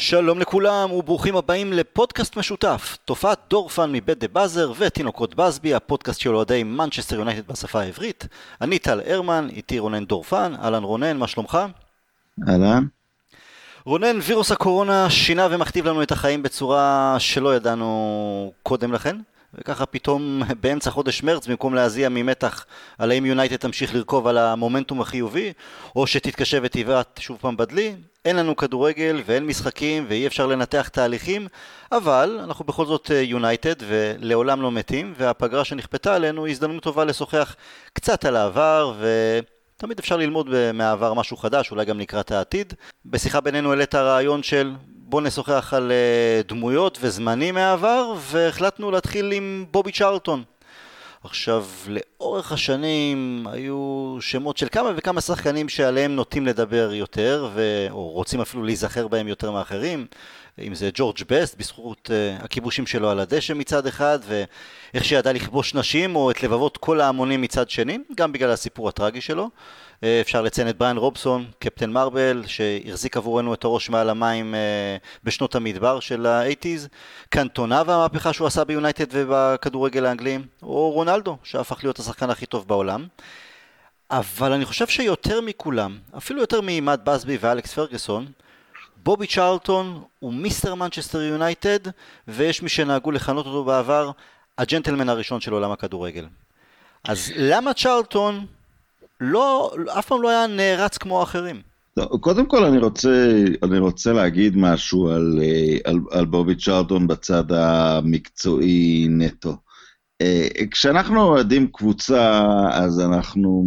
שלום לכולם וברוכים הבאים לפודקאסט משותף, תופעת דורפן מבית דה באזר ותינוקות בסבי, הפודקאסט של אוהדי מנצ'סטר יונייטד בשפה העברית. אני טל הרמן, איתי רונן דורפן. אהלן רונן, מה שלומך? אהלן. רונן, וירוס הקורונה שינה ומכתיב לנו את החיים בצורה שלא ידענו קודם לכן, וככה פתאום באמצע חודש מרץ, במקום להזיע ממתח על האם יונייטד תמשיך לרכוב על המומנטום החיובי, או שתתקשה ותבעט שוב פעם בדלי, אין לנו כדורגל ואין משחקים ואי אפשר לנתח תהליכים, אבל אנחנו בכל זאת יונייטד ולעולם לא מתים, והפגרה שנכפתה עלינו היא הזדמנות טובה לשוחח קצת על העבר, ותמיד אפשר ללמוד מהעבר משהו חדש, אולי גם לקראת העתיד. בשיחה בינינו העלית הרעיון של בוא נשוחח על דמויות וזמנים מהעבר, והחלטנו להתחיל עם בובי צ'רלטון. עכשיו, לאורך השנים היו שמות של כמה וכמה שחקנים שעליהם נוטים לדבר יותר, או רוצים אפילו להיזכר בהם יותר מאחרים, אם זה ג'ורג' בסט, בזכות הכיבושים שלו על הדשא מצד אחד, ואיך שידע לכבוש נשים, או את לבבות כל ההמונים מצד שני, גם בגלל הסיפור הטרגי שלו. אפשר לציין את בריין רובסון, קפטן מרבל, שהחזיק עבורנו את הראש מעל המים בשנות המדבר של ה-80s, קנטונה והמהפכה שהוא עשה ביונייטד ובכדורגל האנגלי, או רונלדו, שהפך להיות השחקן הכי טוב בעולם. אבל אני חושב שיותר מכולם, אפילו יותר ממאט בסבי ואלכס פרגוסון, בובי צ'רלטון הוא מיסטר מנצ'סטר יונייטד, ויש מי שנהגו לכנות אותו בעבר הג'נטלמן הראשון של עולם הכדורגל. אז למה צ'רלטון אף פעם לא היה נערץ כמו האחרים? קודם כל אני רוצה להגיד משהו על בובי צ'רלטון בצד המקצועי נטו. כשאנחנו אוהדים קבוצה, אז אנחנו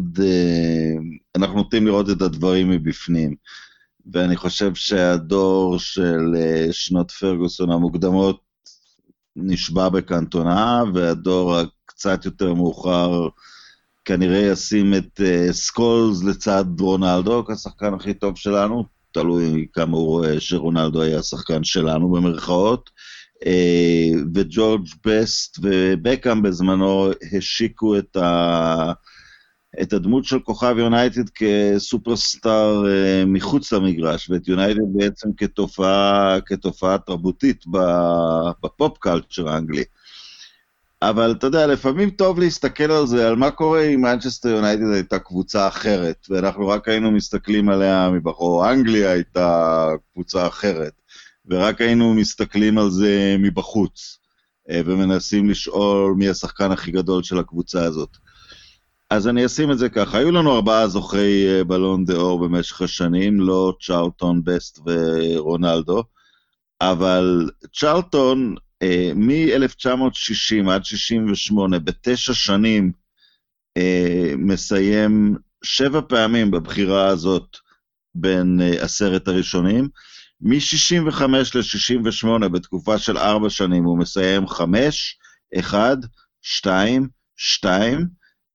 נוטים לראות את הדברים מבפנים. ואני חושב שהדור של שנות פרגוסון המוקדמות נשבע בקנטונה, והדור הקצת יותר מאוחר כנראה ישים את סקולס לצד רונלדו כשחקן הכי טוב שלנו, תלוי כמה הוא רואה שרונלדו היה שחקן שלנו במרכאות, וג'ורג' בסט ובקאם בזמנו השיקו את הדמות של כוכב יונייטד כסופרסטאר מחוץ למגרש, ואת יונייטד בעצם כתופעה תרבותית בפופ קלצ'ר האנגלי. אבל אתה יודע, לפעמים טוב להסתכל על זה, על מה קורה אם מנצ'סטר יונייטד הייתה קבוצה אחרת, ואנחנו רק היינו מסתכלים עליה מבחור, אנגליה הייתה קבוצה אחרת, ורק היינו מסתכלים על זה מבחוץ, ומנסים לשאול מי השחקן הכי גדול של הקבוצה הזאת. אז אני אשים את זה ככה, היו לנו 4 זוכי בלון דה אור במשך השנים, לא צ'רלטון, בסט ורונלדו, אבל צ'רלטון מ-1960 עד 68, ב9 שנים, מסיים 7 פעמים בבחירה הזאת בין 10 הראשונים, מ-65 ל-68 בתקופה של 4 שנים, הוא מסיים 5, 1, 2, 2,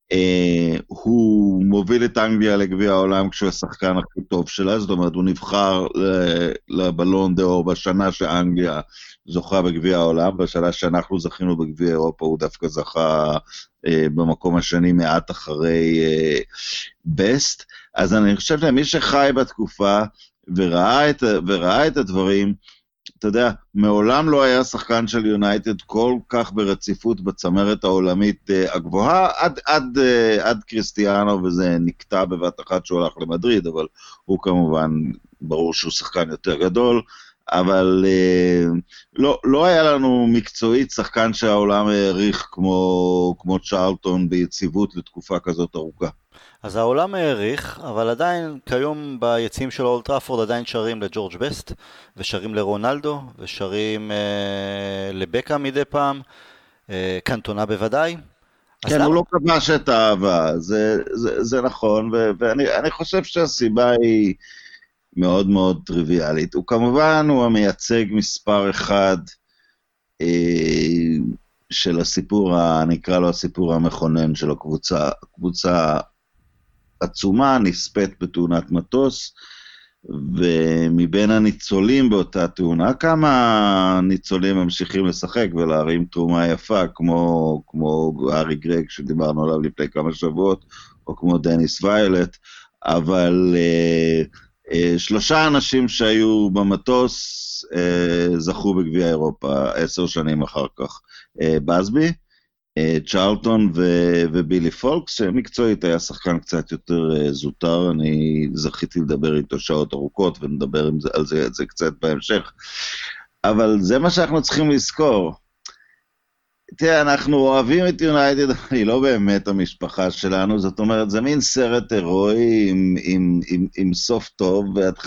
הוא מוביל את אנגליה לגביע העולם כשהוא השחקן הכי טוב שלה, זאת אומרת הוא נבחר לבלון דה אור בשנה שאנגליה זוכה בגביע העולם, בשנה שאנחנו זכינו בגביע אירופה הוא דווקא זכה במקום השני מעט אחרי בסט. אז אני חושב שמי שחי בתקופה וראה את הדברים, אתה יודע, מעולם לא היה שחקן של יונייטד כל כך ברציפות בצמרת העולמית הגבוהה, עד קריסטיאנו, וזה נקטע בבת אחת שהוא הלך למדריד, אבל הוא כמובן, ברור שהוא שחקן יותר גדול, אבל לא היה לנו מקצועית שחקן שהעולם העריך כמו צ'רלטון ביציבות לתקופה כזאת ארוכה. אז העולם העריך, אבל עדיין כיום ביציעים של אולד טראפורד עדיין שרים לג'ורג' בסט, ושרים לרונלדו, ושרים לבקאם מדי פעם, קנטונה בוודאי. כן, הוא לא כבש את האהבה, זה נכון, ואני חושב שהסיבה היא מאוד מאוד טריוויאלית. הוא כמובן, הוא המייצג מספר אחד של הסיפור, נקרא לו הסיפור המכונן של הקבוצה, קבוצה עצומה, נספית בתאונת מטוס, ומבין הניצולים באותה תאונה, כמה ניצולים ממשיכים לשחק ולהרים תרומה יפה, כמו הארי גרג שדיברנו עליו לפני כמה שבועות, או כמו דניס ויילט, אבל שלושה אנשים שהיו במטוס זכו בגביע אירופה 10 שנים אחר כך. בסבי, צ'רלטון ובילי פולקס, שמקצועית היה שחקן קצת יותר זוטר, אני זכיתי לדבר איתו שעות ארוכות, ונדבר על זה קצת בהמשך. אבל זה מה שאנחנו צריכים לזכור. תראה, אנחנו אוהבים את יונייטד, היא לא באמת המשפחה שלנו, זאת אומרת, זה מין סרט הירואי עם סוף טוב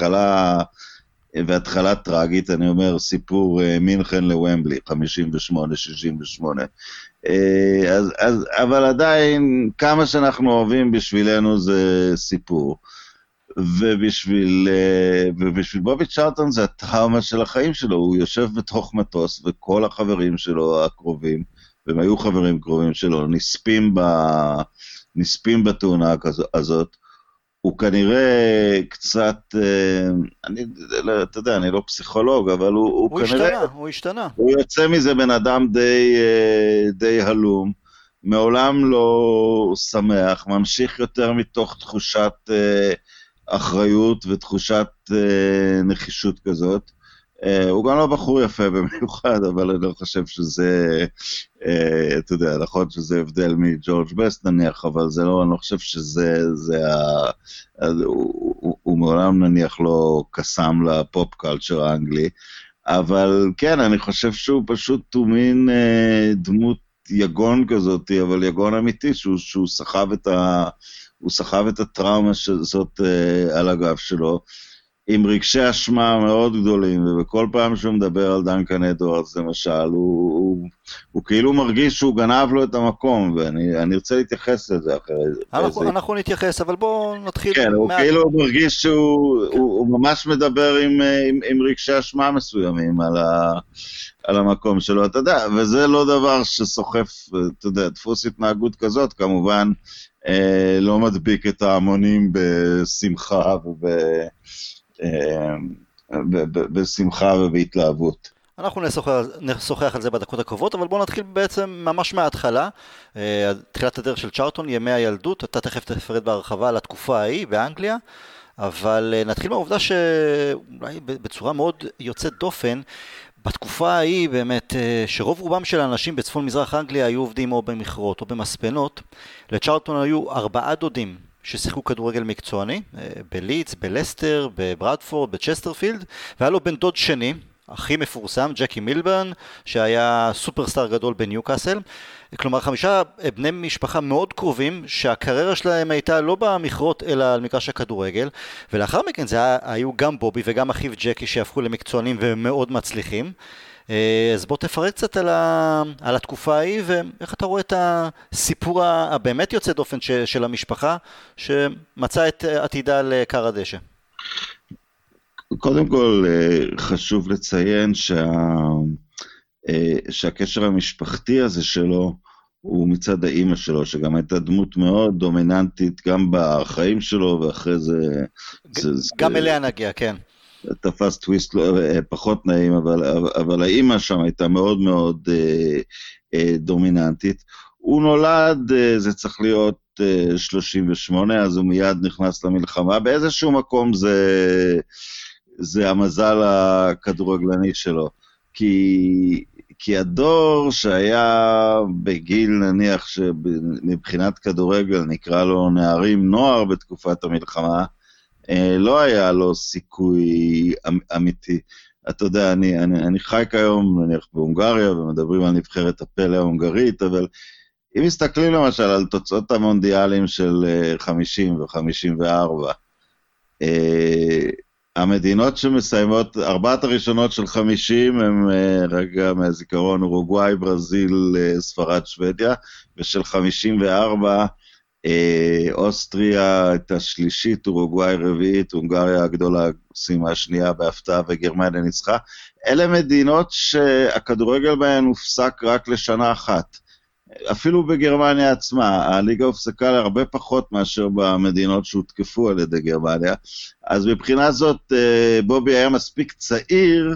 והתחלה טרגית, אני אומר, סיפור מינכן לוומבלי, 58-68. אבל עדיין, כמה שאנחנו אוהבים בשבילנו זה סיפור. ובשביל בובי צ'רלטון זה הטראומה של החיים שלו, הוא יושב בתוך מטוס וכל החברים שלו הקרובים, והם היו חברים קרובים שלו, נספים בתאונה הזאת, הוא כנראה קצת, אתה יודע, אני לא פסיכולוג, אבל הוא כנראה... הוא השתנה. הוא יוצא מזה בן אדם די הלום, מעולם לא שמח, ממשיך יותר מתוך תחושת אחריות ותחושת נחישות כזאת. הוא גם לא בחור יפה במיוחד, אבל אני לא חושב שזה, אתה יודע, נכון שזה הבדל מג'ורג' בסט נניח, אבל זה לא, אני לא חושב שזה, הוא מעולם נניח לא קסם לפופ קלצ'ר האנגלי, אבל כן, אני חושב שהוא פשוט מין דמות יגון כזאת, אבל יגון אמיתי, שהוא סחב את הטראומה שזאת על הגב שלו, עם רגשי אשמה מאוד גדולים, ובכל פעם שהוא מדבר על דנקן אדוארדס, למשל, הוא כאילו מרגיש שהוא גנב לו את המקום, ואני רוצה להתייחס לזה אחרי. אנחנו נתייחס, אבל בואו נתחיל. כן, הוא כאילו מרגיש שהוא ממש מדבר עם רגשי אשמה מסוימים על המקום שלו, אתה יודע, וזה לא דבר שסוחף, אתה יודע, דפוס התנהגות כזאת, כמובן, לא מדביק את ההמונים בשמחה בשמחה ובהתלהבות. אנחנו נשוחח על זה בדקות הקרובות, אבל בואו נתחיל בעצם ממש מההתחלה. תחילת הדרך של צ'רלטון, ימי הילדות, אתה תכף תפרט בהרחבה על התקופה ההיא באנגליה, אבל נתחיל מהעובדה שאולי בצורה מאוד יוצאת דופן, בתקופה ההיא באמת, שרוב רובם של האנשים בצפון מזרח אנגליה היו עובדים או במכרות או במספנות, לצ'רלטון היו 4 דודים ששיחקו כדורגל מקצועני, בליץ, בלסטר, בברדפורד, בצ'סטרפילד, והיה לו בן דוד שני, הכי מפורסם, ג'קי מילברן, שהיה סופרסטאר גדול בניוקאסל. כלומר 5 בני משפחה מאוד קרובים, שהקריירה שלהם הייתה לא במכרות, אלא על מגרש הכדורגל, ולאחר מכן היו גם בובי וגם אחיו ג'קי שהפכו למקצוענים ומאוד מצליחים. אז בוא תפרט קצת על התקופה ההיא, ואיך אתה רואה את הסיפור הבאמת יוצא דופן של המשפחה, שמצא את עתידה לקר הדשא. קודם כל, חשוב לציין שהקשר המשפחתי הזה שלו, הוא מצד האמא שלו, שגם הייתה דמות מאוד דומיננטית, גם בחיים שלו, ואחרי זה... גם אליה נגיע, כן. תפס טוויסט פחות נעים, אבל האמא שם הייתה מאוד מאוד דומיננטית. הוא נולד, זה צריך להיות 38, אז הוא מיד נכנס למלחמה. באיזשהו מקום זה המזל הכדורגלני שלו. כי הדור שהיה בגיל נניח שמבחינת כדורגל נקרא לו נערים נוער בתקופת המלחמה, לא היה לו סיכוי אמיתי. אתה יודע, אני חי כיום נניח בהונגריה ומדברים על נבחרת הפלא ההונגרית, אבל אם מסתכלים למשל על תוצאות המונדיאלים של 50 ו-54, המדינות שמסיימות, 4 הראשונות של 50 הם רגע מהזיכרון אורוגוואי, ברזיל, ספרד, שוודיה, ושל 54 אוסטריה הייתה שלישית, אורוגוואי רביעית, הונגריה הגדולה סיימה שנייה בהפתעה וגרמניה ניצחה. אלה מדינות שהכדורגל בהן הופסק רק לשנה אחת. אפילו בגרמניה עצמה, הליגה הופסקה להרבה פחות מאשר במדינות שהותקפו על ידי גרמניה. אז מבחינה זאת בובי היה מספיק צעיר,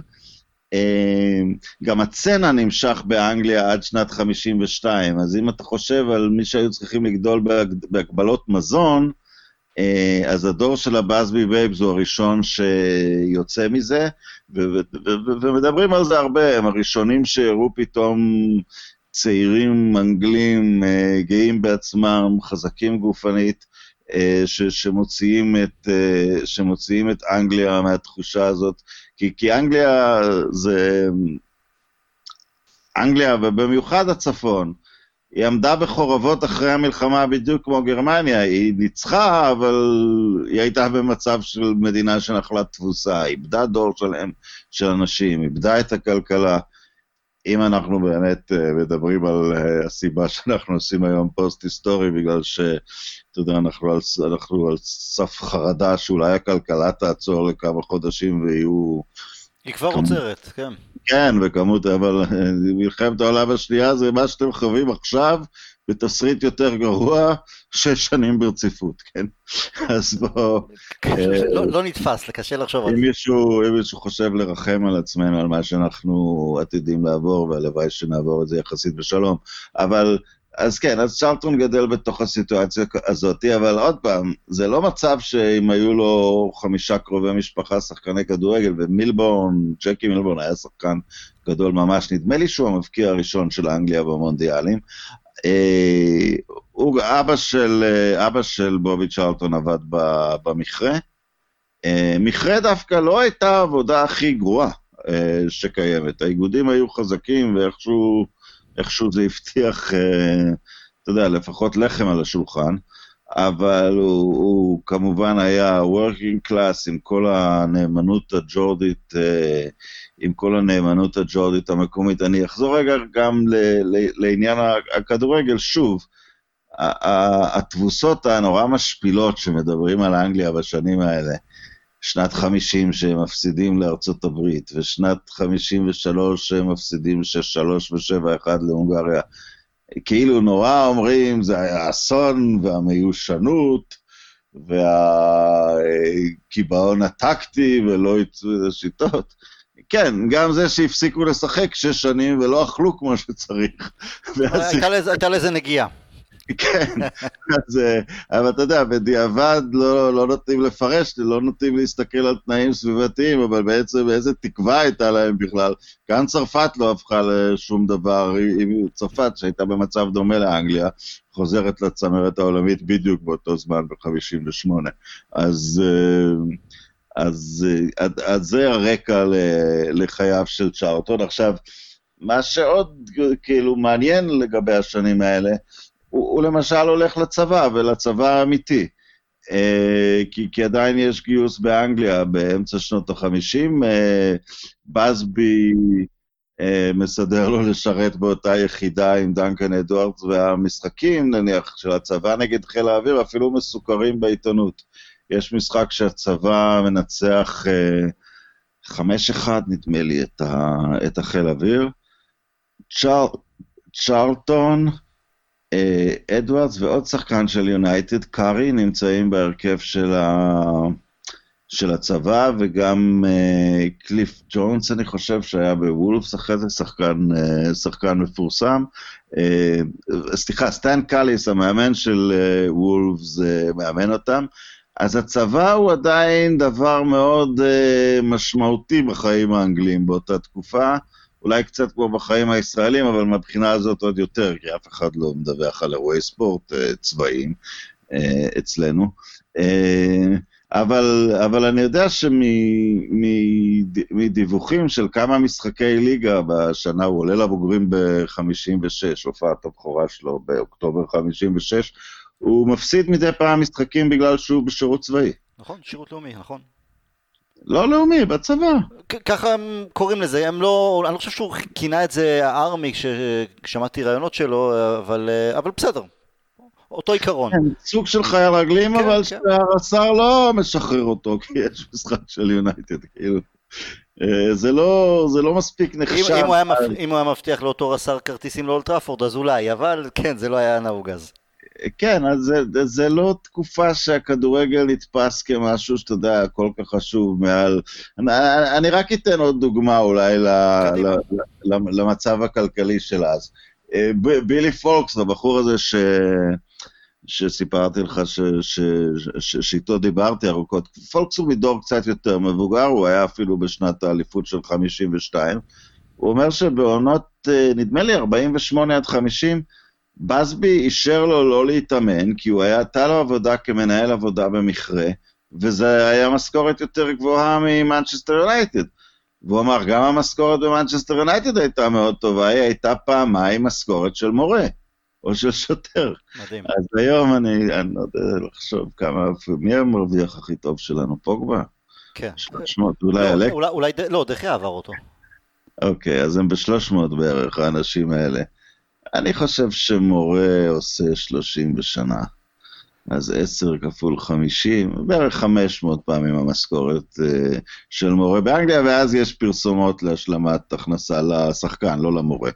גם הצנה נמשך באנגליה עד שנת 52, אז אם אתה חושב על מי שהיו צריכים לגדול בהגבלות מזון, אז הדור של הבאזבי בייבס הוא הראשון שיוצא מזה, ומדברים על זה הרבה, הם הראשונים שהראו פתאום צעירים אנגלים גאים בעצמם, חזקים גופנית, שמוציאים את אנגליה מהתחושה הזאת, כי אנגליה זה, אנגליה ובמיוחד הצפון, היא עמדה בחורבות אחרי המלחמה בדיוק כמו גרמניה, היא ניצחה, אבל היא הייתה במצב של מדינה שנחלה תבוסה, איבדה דור שלהם של אנשים, איבדה את הכלכלה. אם אנחנו באמת מדברים על הסיבה שאנחנו עושים היום פוסט-היסטורי, בגלל שאתה יודע, אנחנו על סף חרדה שאולי הכלכלה תעצור לכמה חודשים ויהיו... היא כבר עוצרת, כן. כן, וכמות, אבל מלחמת העולם השנייה זה מה שאתם חווים עכשיו, בתסריט יותר גרוע, 6 שנים ברציפות, כן? אז בוא... לא נתפס, קשה לחשוב על זה. אם מישהו חושב לרחם על עצמנו, על מה שאנחנו עתידים לעבור, והלוואי שנעבור את זה יחסית בשלום, אבל... אז כן, אז צ'רלטון גדל בתוך הסיטואציה הזאת, אבל עוד פעם, זה לא מצב שאם היו לו 5 קרובי משפחה, שחקני כדורגל, ומילבורן, ג'קי מילבורן היה שחקן גדול ממש, נדמה לי שהוא המבקיע הראשון של אנגליה במונדיאלים. אבא של בובי צ'רלטון עבד במכרה. מכרה דווקא לא הייתה העבודה הכי גרועה שקיימת. האיגודים היו חזקים ואיכשהו זה הבטיח, אתה יודע, לפחות לחם על השולחן, אבל הוא כמובן היה working class עם כל הנאמנות הג'ורדית, המקומית. אני אחזור רגע גם לעניין הכדורגל, שוב, התבוסות הנורא משפילות שמדברים על אנגליה בשנים האלה, שנת 50 שהם מפסידים לארצות הברית, ושנת 53 שהם מפסידים 6-3 ו-7-1 להונגריה. כאילו נורא אומרים, זה היה אסון, והמיושנות, והקיבעון הטקטי, ולא יצאו את השיטות. כן, גם זה שהפסיקו לשחק 6 שנים, ולא אכלו כמו שצריך. הייתה לזה נגיעה. כן, אבל אתה יודע, בדיעבד לא נותנים לפרש, לא נותנים להסתכל על תנאים סביבתיים, אבל בעצם איזה תקווה הייתה להם בכלל. כאן צרפת לא הפכה לשום דבר, צרפת שהייתה במצב דומה לאנגליה, חוזרת לצמרת העולמית בדיוק באותו זמן ב-58. אז זה הרקע לחייו של צ'רלטון. עכשיו, מה שעוד כאילו מעניין לגבי השנים האלה, הוא למשל הולך לצבא, ולצבא האמיתי, כי עדיין יש גיוס באנגליה באמצע שנות ה-50, באזבי מסדר לו לשרת באותה יחידה עם דנקן אדוארדס, והמשחקים נניח של הצבא נגד חיל האוויר אפילו מסוכרים בעיתונות. יש משחק שהצבא מנצח 5-1 נדמה לי את החיל האוויר, צ'רלטון, אדוארדס ועוד שחקן של יונייטד, קארי, נמצאים בהרכב של הצבא, וגם קליף ג'ונס, אני חושב שהיה בוולפס, אחרי זה שחקן מפורסם. סליחה, סטן קאליס, המאמן של וולפס, מאמן אותם. אז הצבא הוא עדיין דבר מאוד משמעותי בחיים האנגלים באותה תקופה, אולי קצת כמו בחיים הישראלים, אבל מהבחינה הזאת עוד יותר, כי אף אחד לא מדווח על אירועי ספורט צבאיים אצלנו. אבל אני יודע שמדיווחים של כמה משחקי ליגה בשנה, הוא עולה לבוגרים ב-56, הופעת הבכורה שלו באוקטובר 56, הוא מפסיד מדי פעם משחקים בגלל שהוא בשירות צבאי. נכון, שירות לאומי, נכון. לא לאומי, בצבא. ככה הם קוראים לזה, אני לא חושב שהוא כינה את זה הארמי כששמעתי רעיונות שלו, אבל בסדר, אותו עיקרון. כן, סוג של חייל רגלים, אבל שהשר לא משחרר אותו, כי יש משחק של יונייטד, כאילו. זה לא מספיק נחשב. אם הוא היה מבטיח לאותו רס"ר כרטיסים לאולטראפורד, אז אולי, אבל כן, זה לא היה נהוג אז. כן, אז זה לא תקופה שהכדורגל נתפס כמשהו שאתה יודע, כל כך חשוב מעל... אני רק אתן עוד דוגמה אולי למצב הכלכלי של אז. בילי פולקס, הבחור הזה שסיפרתי לך שאיתו דיברתי ארוכות. פולקס הוא מדור קצת יותר מבוגר, הוא היה אפילו בשנת האליפות של 52. הוא אומר שבעונות, נדמה לי 48 עד 50, בסבי אישר לו לא להתאמן, כי הוא הייתה לו עבודה כמנהל עבודה במכרה, וזה היה משכורת יותר גבוהה ממנצ'סטר יונייטד. והוא אמר, גם המשכורת במנצ'סטר יונייטד הייתה מאוד טובה, היא הייתה פעמיים משכורת של מורה, או של שוטר. מדהים. אז היום אני לא יודע לחשוב כמה, מי המרוויח הכי טוב שלנו, פוגבה? כן. 300, אולי אלק? אולי, לא, דחיה עבר אותו. אוקיי, אז הם ב-300 בערך, האנשים האלה. אני חושב שמורה עושה 30 בשנה. אז 10 כפול 50, בערך 500 פעמים המשכורת של מורה באנגליה, ואז יש פרסומות להשלמת הכנסה לשחקן, לא למורה.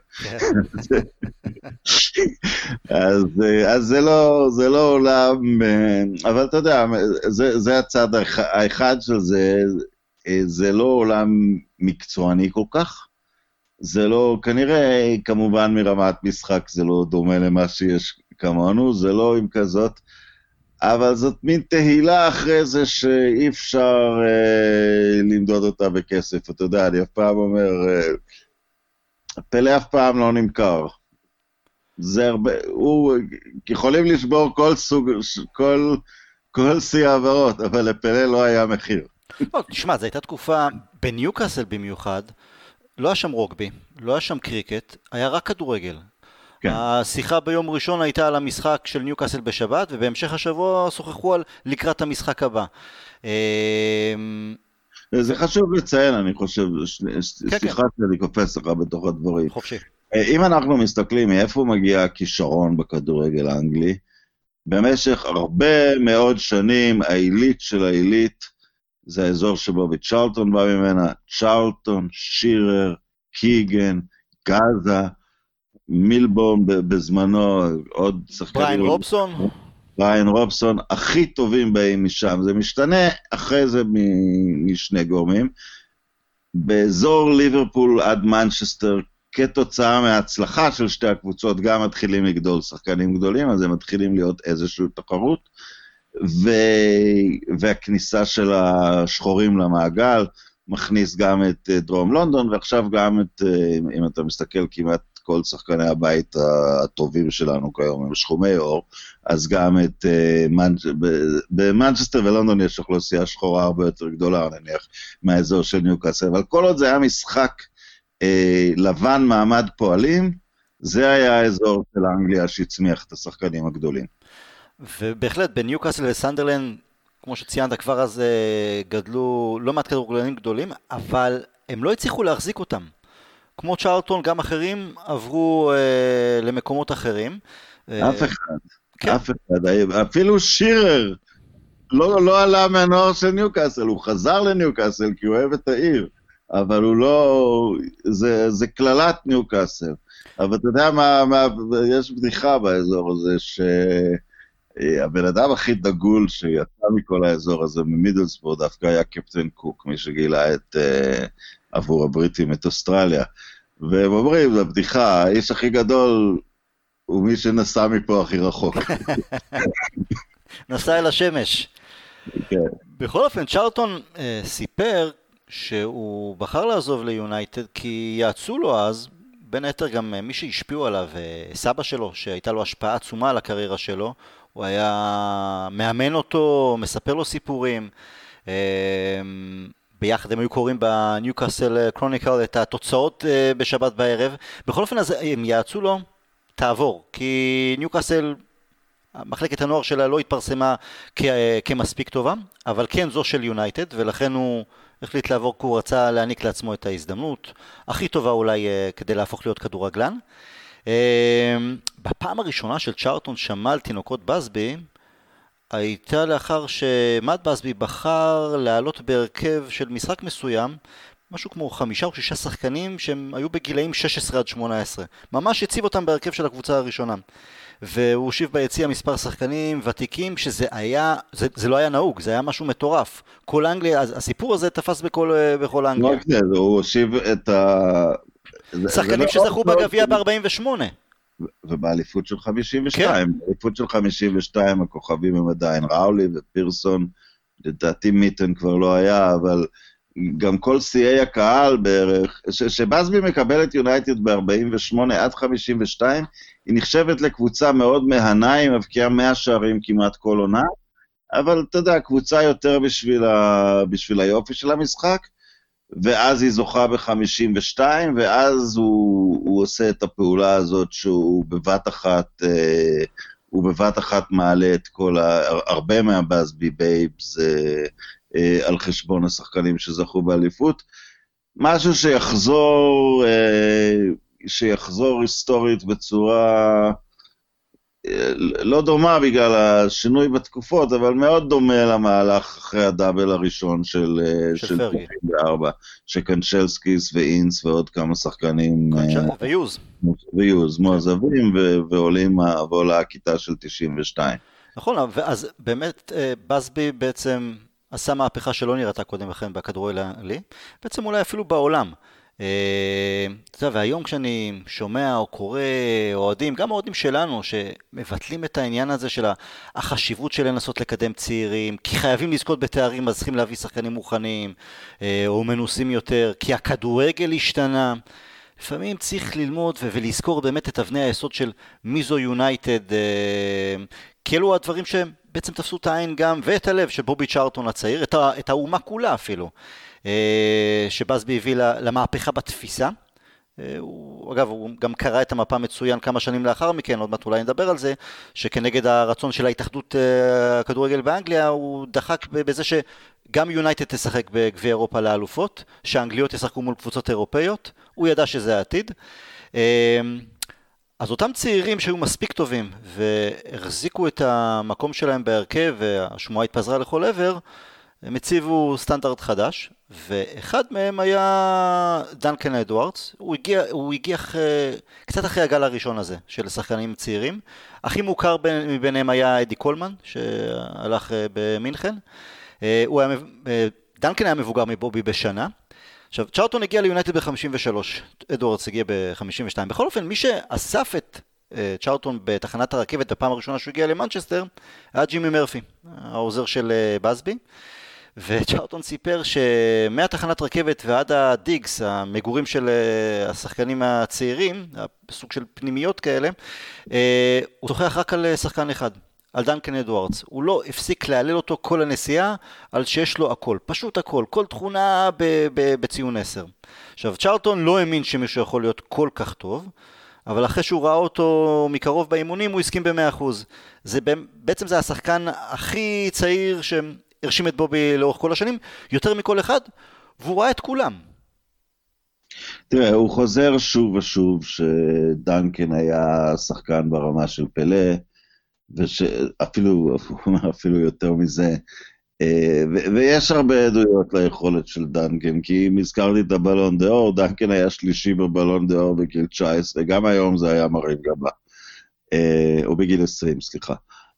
אז זה לא עולם, אבל אתה יודע, זה הצד האחד של זה, זה לא עולם מקצועני כל כך, זה לא, כנראה, כמובן מרמת משחק, זה לא דומה למה שיש כמונו, זה לא עם כזאת, אבל זאת מין תהילה אחרי זה שאי אפשר למדוד אותה בכסף. אתה יודע, אני אף פעם אומר, פלא אף פעם לא נמכר. זה הרבה, יכולים לשבור כל סוג, כל שיא העברות, אבל לפלא לא היה מחיר. תשמע, זו הייתה תקופה, בניוקאסל במיוחד, לא היה שם רוגבי, לא היה שם קריקט, היה רק כדורגל. כן. השיחה ביום ראשון הייתה על המשחק של ניוקאסל בשבת, ובהמשך השבוע שוחחו על לקראת המשחק הבא. זה חשוב לציין, אני חושב, סליחה שאני קופץ לך בתוך הדברים. חופשי. אם אנחנו מסתכלים מאיפה מגיע הכישרון בכדורגל האנגלי, במשך הרבה מאוד שנים, העילית של העילית, זה האזור שבובי צ'רלטון בא ממנה, צ'רלטון, שירר, קיגן, גאזה, מילבורן בזמנו, עוד שחקנים. בריין רובסון, הכי טובים באים משם. זה משתנה אחרי זה משני גורמים. באזור ליברפול עד מנצ'סטר, כתוצאה מההצלחה של שתי הקבוצות, גם מתחילים לגדול שחקנים גדולים, אז הם מתחילים להיות איזושהי תחרות, והכניסה של השחורים למעגל, מכניס גם את דרום לונדון, ועכשיו גם את, אם אתה מסתכל כמעט כל שחקני הבית הטובים שלנו כיום הם שחומי אור, אז גם את במנצ'סטר ולונדון יש אוכלוסייה שחורה הרבה יותר גדולה, נניח, מהאזור של ניוקאסל, אבל כל עוד זה היה משחק לבן מעמד פועלים, זה היה האזור של האנגליה שהצמיח את השחקנים הגדולים. ובהחלט בניוקאסל וסנדרלנד, כמו שציינת כבר אז גדלו לא מעט כדורגלנים גדולים, אבל הם לא הצליחו להחזיק אותם. כמו צ'רלטון, גם אחרים עברו למקומות אחרים. אף אחד, כן. אף אחד. אפילו שירר לא עלה מהנוער של ניוקאסל, הוא חזר לניוקאסל כי הוא אוהב את העיר, אבל הוא לא, זה כללת ניוקאסל. אבל אתה יודע יש בדיחה באזור הזה שהבן אדם הכי דגול שיצא מכל האזור הזה ממידלסבורד דווקא היה קפטן קוק, מי שגילה עבור הבריטים את אוסטרליה. והם אומרים, זו בדיחה, האיש הכי גדול הוא מי שנסע מפה הכי רחוק. נסע אל השמש. כן. בכל אופן, צ'רלטון סיפר שהוא בחר לעזוב ליונייטד כי יעצו לו אז, בין היתר גם מי שהשפיעו עליו, סבא שלו, שהייתה לו השפעה עצומה על הקריירה שלו, הוא היה מאמן אותו, מספר לו סיפורים, ביחד הם היו קוראים בניוקאסל קרוניקל את התוצאות בשבת בערב. בכל אופן אז הם יעצו לו, תעבור, כי ניוקאסל, מחלקת הנוער שלה לא התפרסמה כמספיק טובה, אבל כן זו של יונייטד, ולכן הוא החליט לעבור כי הוא רצה להעניק לעצמו את ההזדמנות, הכי טובה אולי כדי להפוך להיות כדורגלן. בפעם הראשונה של צ'רלטון שמע על תינוקות בסבי, הייתה לאחר שמאט בסבי בחר לעלות בהרכב של משחק מסוים, משהו כמו 5 או 6 שחקנים שהם היו בגילאים 16 עד 18. ממש הציב אותם בהרכב של הקבוצה הראשונה. והוא הושיב ביציע מספר שחקנים ותיקים שזה היה, זה לא היה נהוג, זה היה משהו מטורף. כל אנגליה, הסיפור הזה תפס בכל אנגליה. לא, הוא הושיב את שחקנים שזכו בגביע ב-48. ובאליפות של 52, כן. באליפות של 52 הכוכבים הם עדיין ראולי ופירסון, לדעתי מיטן כבר לא היה, אבל גם כל שיאי הקהל בערך, שבאזבי מקבל את יונייטד ב-48 עד 52, היא נחשבת לקבוצה מאוד מהנה, היא מבקיעה 100 שערים כמעט כל עונה, אבל אתה יודע, קבוצה יותר בשביל היופי של המשחק, ואז היא זוכה ב-52, ואז הוא עושה את הפעולה הזאת שהוא בבת אחת מעלה את הרבה מהבאזבי בייבס על חשבון השחקנים שזכו באליפות. משהו שיחזור היסטורית בצורה לא דומה בגלל השינוי בתקופות, אבל מאוד דומה למהלך אחרי הדאבל הראשון של 94, שקנצ'לסקיס ואינס ועוד כמה שחקנים ויוז מועזבים ועולה הכיתה של 92. נכון, אז באמת באזבי בעצם עשה מהפכה שלא נראתה קודם לכן בכדורגל העלי, בעצם אולי אפילו בעולם. והיום כשאני שומע או קורא אוהדים, גם אוהדים שלנו שמבטלים את העניין הזה של החשיבות של לנסות לקדם צעירים, כי חייבים לזכות בתארים אז צריכים להביא שחקנים מוכנים או מנוסים יותר, כי הכדורגל השתנה. לפעמים צריך ללמוד ולזכור באמת את אבני היסוד של מי זו יונייטד, כי אלו הדברים שהם בעצם תפסו את העין גם ואת הלב של בובי צ'ארטון הצעיר, את האומה כולה אפילו, שבאזבי הביא למהפכה בתפיסה. אגב, הוא גם קרא את המפה מצוין כמה שנים לאחר מכן, עוד מעט אולי נדבר על זה, שכנגד הרצון של ההתאחדות הכדורגל באנגליה, הוא דחק בזה שגם יונייטד תשחק בגביע אירופה לאלופות, שהאנגליות ישחקו מול קבוצות אירופאיות, הוא ידע שזה העתיד. אז אותם צעירים שהיו מספיק טובים והחזיקו את המקום שלהם בהרכב והשמועה התפזרה לכל עבר, הם הציבו סטנדרט חדש, ואחד מהם היה דנקן אדוארדס. הוא הגיע קצת אחרי הגל הראשון הזה של שחקנים צעירים. הכי מוכר מביניהם היה אדי קולמן שהלך במינכן. דנקן היה מבוגר מבובי בשנה. עכשיו, צ'ארטון הגיע ליונייטד ב-53, אדוארדס הגיע ב-52. בכל אופן, מי שאסף את צ'ארטון בתחנת הרכבת בפעם הראשונה שהוא הגיע למנצ'סטר, היה ג'ימי מרפי, העוזר של באזבי. וצ'ארטון סיפר שמהתחנת רכבת ועד הדיגס, המגורים של השחקנים הצעירים, סוג של פנימיות כאלה, הוא תוכח רק על שחקן אחד, על דנקן אדוארדס. הוא לא הפסיק להלל אותו כל הנסיעה על שיש לו הכל, פשוט הכל, כל תכונה בציון 10. עכשיו, צ'ארטון לא האמין שמישהו יכול להיות כל כך טוב, אבל אחרי שהוא ראה אותו מקרוב באימונים, הוא הסכים ב100%. בעצם זה השחקן הכי צעיר שהרשים את בובי לאורך כל השנים, יותר מכל אחד, והוא ראה את כולם. תראה, הוא חוזר שוב ושוב שדנקן היה שחקן ברמה של פלה, ואפילו יותר מזה, ויש הרבה עדויות ליכולת של דנקן, כי אם הזכרתי את הבלון דאור, דנקן היה שלישי בבלון דאור בגיל 19, גם היום זה היה מרים גבה, או בגיל 20, סליחה.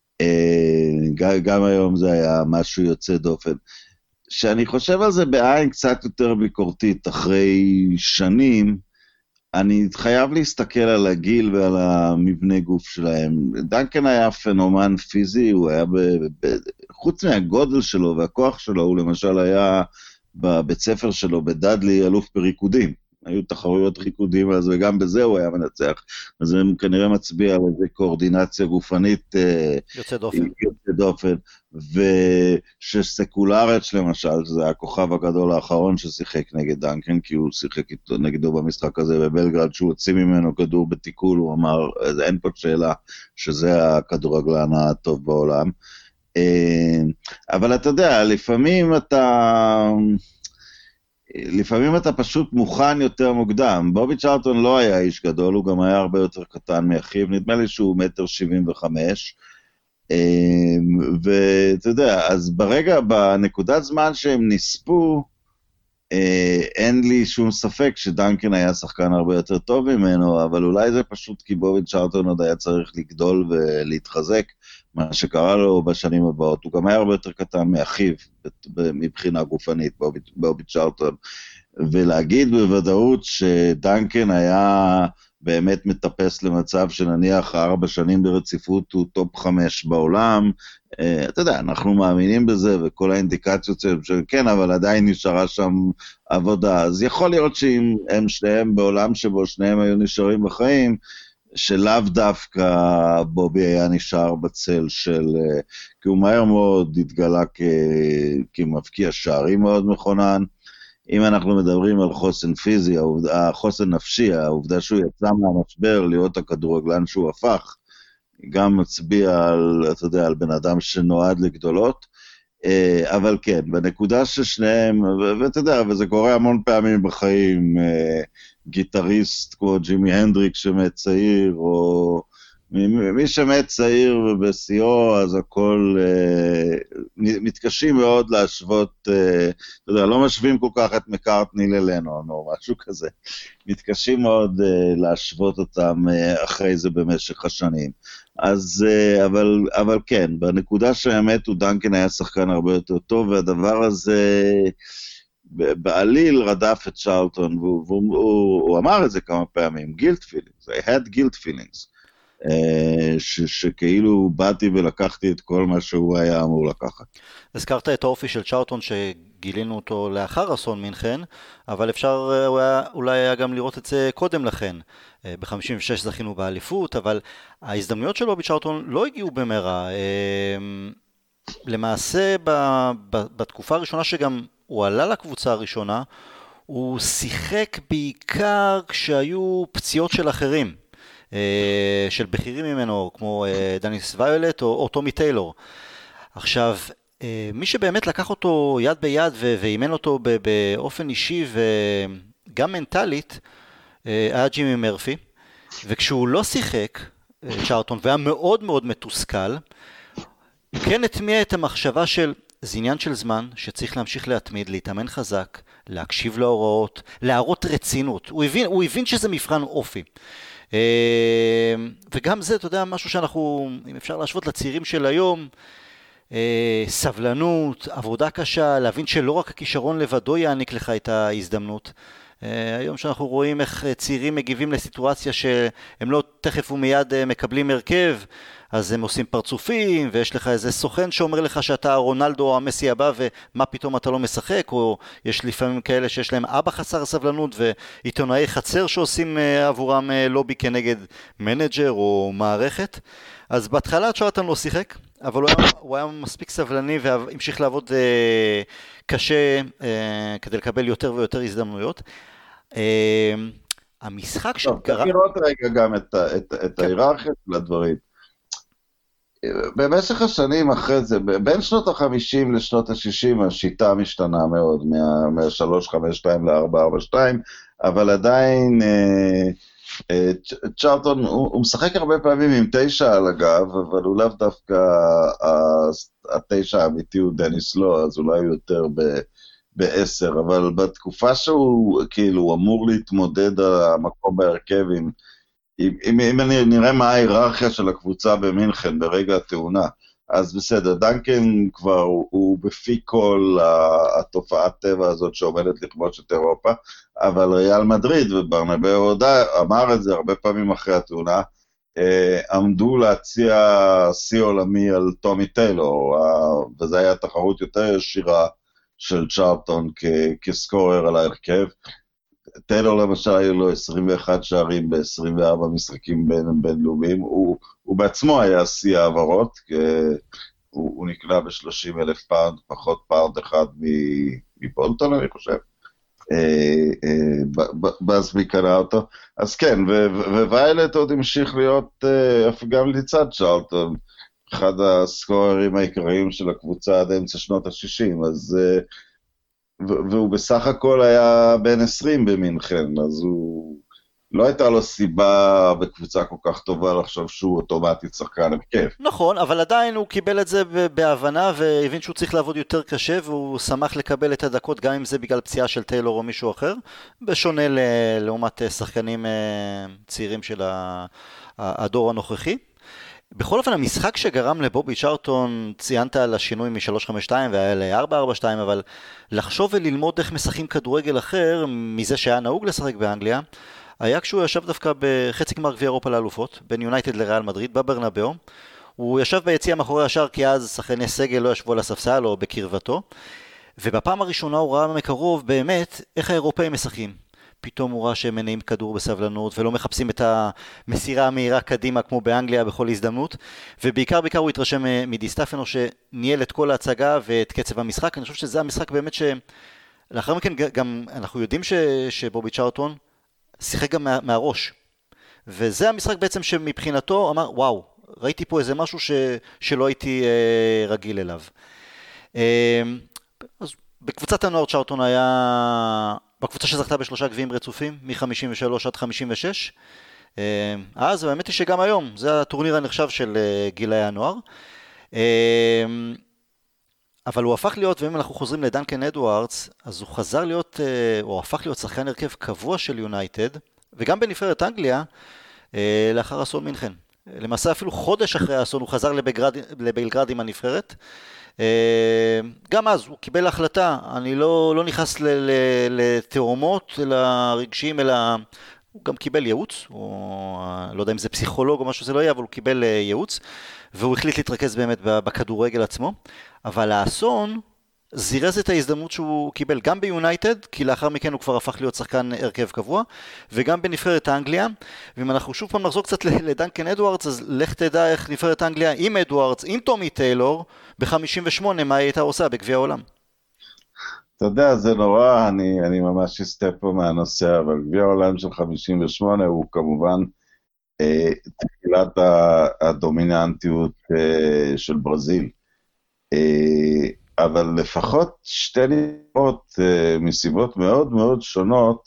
גם היום זה היה משהו יוצא דופן. שאני חושב על זה בעין קצת יותר ביקורתית, אחרי שנים, אני חייב להסתכל על הגיל ועל המבנה גוף שלהם. דנקן היה פנומן פיזי, הוא היה, חוץ מהגודל שלו והכוח שלו, הוא למשל היה בבית ספר שלו בדדלי אלוף בריקודים. היו תחרויות ריקודים אז, וגם בזה הוא היה מנצח. אז זה כנראה מצביע על איזה קואורדינציה גופנית יוצא דופן. ושסקולרץ' למשל, זה הכוכב הגדול האחרון ששיחק נגד דנקן, כי הוא שיחק נגדו במשחק הזה בבלגרד, שהוא הוציא ממנו כדור בתיקול, הוא אמר, אין פה שאלה שזה הכדורגלן הטוב בעולם. אבל אתה יודע, לפעמים אתה פשוט מוכן יותר מוקדם. בובי צ'ארטון לא היה איש גדול, הוא גם היה הרבה יותר קטן מאחיו, נדמה לי שהוא 1.75 מטר, ואתה יודע, אז בנקודת זמן שהם נספו, אין לי שום ספק שדנקן היה שחקן הרבה יותר טוב ממנו, אבל אולי זה פשוט כי בובי צ'ארטון עוד היה צריך לגדול ולהתחזק, מה שקרה לו בשנים הבאות. הוא גם היה הרבה יותר קטן מאחיו, מבחינה גופנית, בובי צ'ארטון, ולהגיד בוודאות שדנקן היה באמת מטפס למצב שנניח 4 שנים ברציפות הוא טופ 5 בעולם, אתה יודע, אנחנו מאמינים בזה, וכל האינדיקציות שכן, אבל עדיין נשארה שם עבודה, אז יכול להיות שאם הם שניהם בעולם שבו שניהם היו נשארים בחיים, שלאו דווקא בובי היה נשאר בצל של, כי הוא מהר מאוד התגלה כמבקיע שערים מאוד מכונן. אם אנחנו מדברים על חוסן פיזי, החוסן נפשי, העובדה שהוא יצא מהמשבר להיות הכדורגלן שהוא הפך, גם מצביע על, אתה יודע, על בן אדם שנועד לגדולות, אבל כן, בנקודה ששניהם, ואתה יודע, וזה קורה המון פעמים בחיים, גיטריסט כמו ג'ימי הנדריק שמת צעיר, או מי שמת צעיר ובשיאו, אז הכל, מתקשים מאוד להשוות, אתה יודע, לא משווים כל כך את מקארטני ללנון, או משהו כזה, מתקשים מאוד להשוות אותם אחרי זה במשך השנים. אז, אבל כן, בנקודה שהאמת הוא דנקן היה שחקן הרבה יותר טוב, והדבר הזה בעליל רדף את צ'רלטון, והוא אמר את זה כמה פעמים, guilt feelings, I had guilt feelings, שכאילו באתי ולקחתי את כל מה שהוא היה אמור לקחת. הזכרת את האופי של צ'רלטון שגילינו אותו לאחר אסון מינכן, אבל אפשר אולי היה גם לראות את זה קודם לכן. ב-56 זכינו באליפות, אבל ההזדמנויות שלו בצ'רלטון לא הגיעו במהרה. למעשה בתקופה הראשונה שגם הוא עלה לקבוצה הראשונה, הוא שיחק בעיקר כשהיו פציעות של אחרים, של בכירים ממנו, כמו דניס ויולט או טומי טיילור. עכשיו, מי שבאמת לקח אותו יד ביד ואימן אותו באופן אישי וגם מנטלית, היה ג'ימי מרפי, וכשהוא לא שיחק, צ'רלטון, והיה מאוד מאוד מתוסכל, כן הטמיע את המחשבה של זה עניין של זמן, שצריך להמשיך להתמיד, להתאמן חזק, להקשיב להוראות, להראות רצינות. הוא הבין שזה מבחן אופי. וגם זה, אתה יודע, משהו שאנחנו, אם אפשר להשוות לצעירים של היום, סבלנות, עבודה קשה, להבין שלא רק הכישרון לבדו יעניק לך את ההזדמנות. היום שאנחנו רואים איך צעירים מגיבים לסיטואציה שהם לא תכף ומיד מקבלים הרכב, אז הם עושים פרצופים, ויש לך איזה סוכן שאומר לך שאתה רונלדו או המסי הבא, ומה פתאום אתה לא משחק, או יש לפעמים כאלה שיש להם אבא חסר סבלנות, ועיתונאי חצר שעושים עבורם לובי כנגד מנג'ר או מערכת. אז בהתחלה צ'רלטון לא שיחק, אבל הוא היה מספיק סבלני והמשיך לעבוד קשה כדי לקבל יותר ויותר הזדמנויות. המשחק שקרה... טוב, תראות רגע גם את ההיררכיה של הדברים. במשך השנים אחרי זה, בין שנות ה-50 לשנות ה-60, השיטה משתנה מאוד, מה-352 ל-442, אבל עדיין צ'רלטון, הוא משחק הרבה פעמים עם 9 על הגב, אבל הוא לאו דווקא, ה-9 האמיתי הוא דניס לא, אז אולי יותר ב-10, אבל בתקופה שהוא כאילו אמור להתמודד על המקום בהרכב אם נראה מה ההיררכיה של הקבוצה במינכן ברגע התאונה, אז בסדר, דנקן כבר הוא בפי כל התופעת טבע הזאת שעומדת לכבוש את אירופה, אבל ריאל מדריד וברנבאו אמר את זה הרבה פעמים אחרי התאונה, עמדו להציע שיא עולמי על טומי טיילור, וזו הייתה תחרות יותר ישירה של צ'רלטון כסקורר על ההרכב. טיילור למשל היו לו 21 שערים ב-24 משחקים בינלאומיים, הוא בעצמו היה שיא העברות, הוא נקנה ב-30,000 פאונד, פחות פאונד אחד מבולטון אני חושב, בסבי קנה אותו, אז כן, וויילט עוד המשיך להיות גם לצד צ'רלטון, אחד הסקוררים העיקריים של הקבוצה עד אמצע שנות ה-60, אז... והוא בסך הכל היה בן 20 במינכן, אז הוא לא הייתה לו סיבה בקבוצה כל כך טובה לחשוב שהוא אוטומטית שחקן הרכב. נכון, אבל עדיין הוא קיבל את זה בהבנה, והבין שהוא צריך לעבוד יותר קשה, והוא שמח לקבל את הדקות, גם אם זה בגלל פציעה של טיילור או מישהו אחר, בשונה לעומת שחקנים צעירים של הדור הנוכחי. בכל אופן, המשחק שגרם לבובי צ'רלטון, ציינת על השינוי מ-352 ל-442, אבל לחשוב וללמוד איך משחקים כדורגל אחר, מזה שהיה נהוג לשחק באנגליה, היה כשהוא ישב דווקא בחצי גמר גביע אירופה לאלופות, בין יונייטד לריאל מדריד, בברנבאו. הוא ישב ביציע מאחורי השאר, כי אז שחקני סגל לא ישבו על הספסל או בקרבתו, ובפעם הראשונה הוא ראה מקרוב באמת איך האירופאים משחקים. פתאום הוא ראה שהם מניעים כדור בסבלנות, ולא מחפשים את המסירה המהירה קדימה כמו באנגליה בכל הזדמנות, ובעיקר הוא התרשם מדי סטפנו שניהל את כל ההצגה ואת קצב המשחק. אני חושב שזה המשחק באמת לאחר מכן גם אנחנו יודעים שבובי צ'ארלטון שיחק גם מהראש, וזה המשחק בעצם שמבחינתו אמר וואו, ראיתי פה איזה משהו שלא הייתי רגיל אליו. אז בקבוצת הנוער צ'ארלטון היה בקבוצה שזכתה בשלושה גביעים רצופים מ-53 עד 56, אז האמת היא שגם היום זה הטורניר הנחשב של גילי הנוער, אבל הוא הפך להיות, ואם אנחנו חוזרים לדנקן אדוארדס, אז הוא חזר להיות, הוא הפך להיות שחקן הרכב קבוע של יונייטד, וגם בנבחרת אנגליה, לאחר אסון מינכן. למעשה אפילו חודש אחרי האסון הוא חזר לבלגרד עם הנבחרת. גם אז הוא קיבל החלטה, אני לא נכנס לתאומות, לרגשיים, אלא הוא גם קיבל ייעוץ, או לא יודע אם זה פסיכולוג או משהו, זה לא יהיה, אבל הוא קיבל ייעוץ, והוא החליט להתרכז באמת בכדורגל עצמו. אבל האסון זירז את ההזדמנות שהוא קיבל גם ביונייטד, כי לאחר מכן הוא כבר הפך להיות שחקן הרכב קבוע, וגם בנבחרת אנגליה. ואם אנחנו שוב פעם נחזור קצת לדנקן אדוארדס, אז לך תדע איך נבחרת אנגליה עם אדוארדס, עם טומי טיילור, ב-58, מה היא הייתה עושה בגביע העולם. אתה יודע, זה נורא, אני ממש אסתה פה מהנושא, אבל גביע העולם של 58 הוא כמובן תחילת הדומיננטיות של ברזיל. אבל לפחות שתי נבחרות מסיבות מאוד מאוד שונות,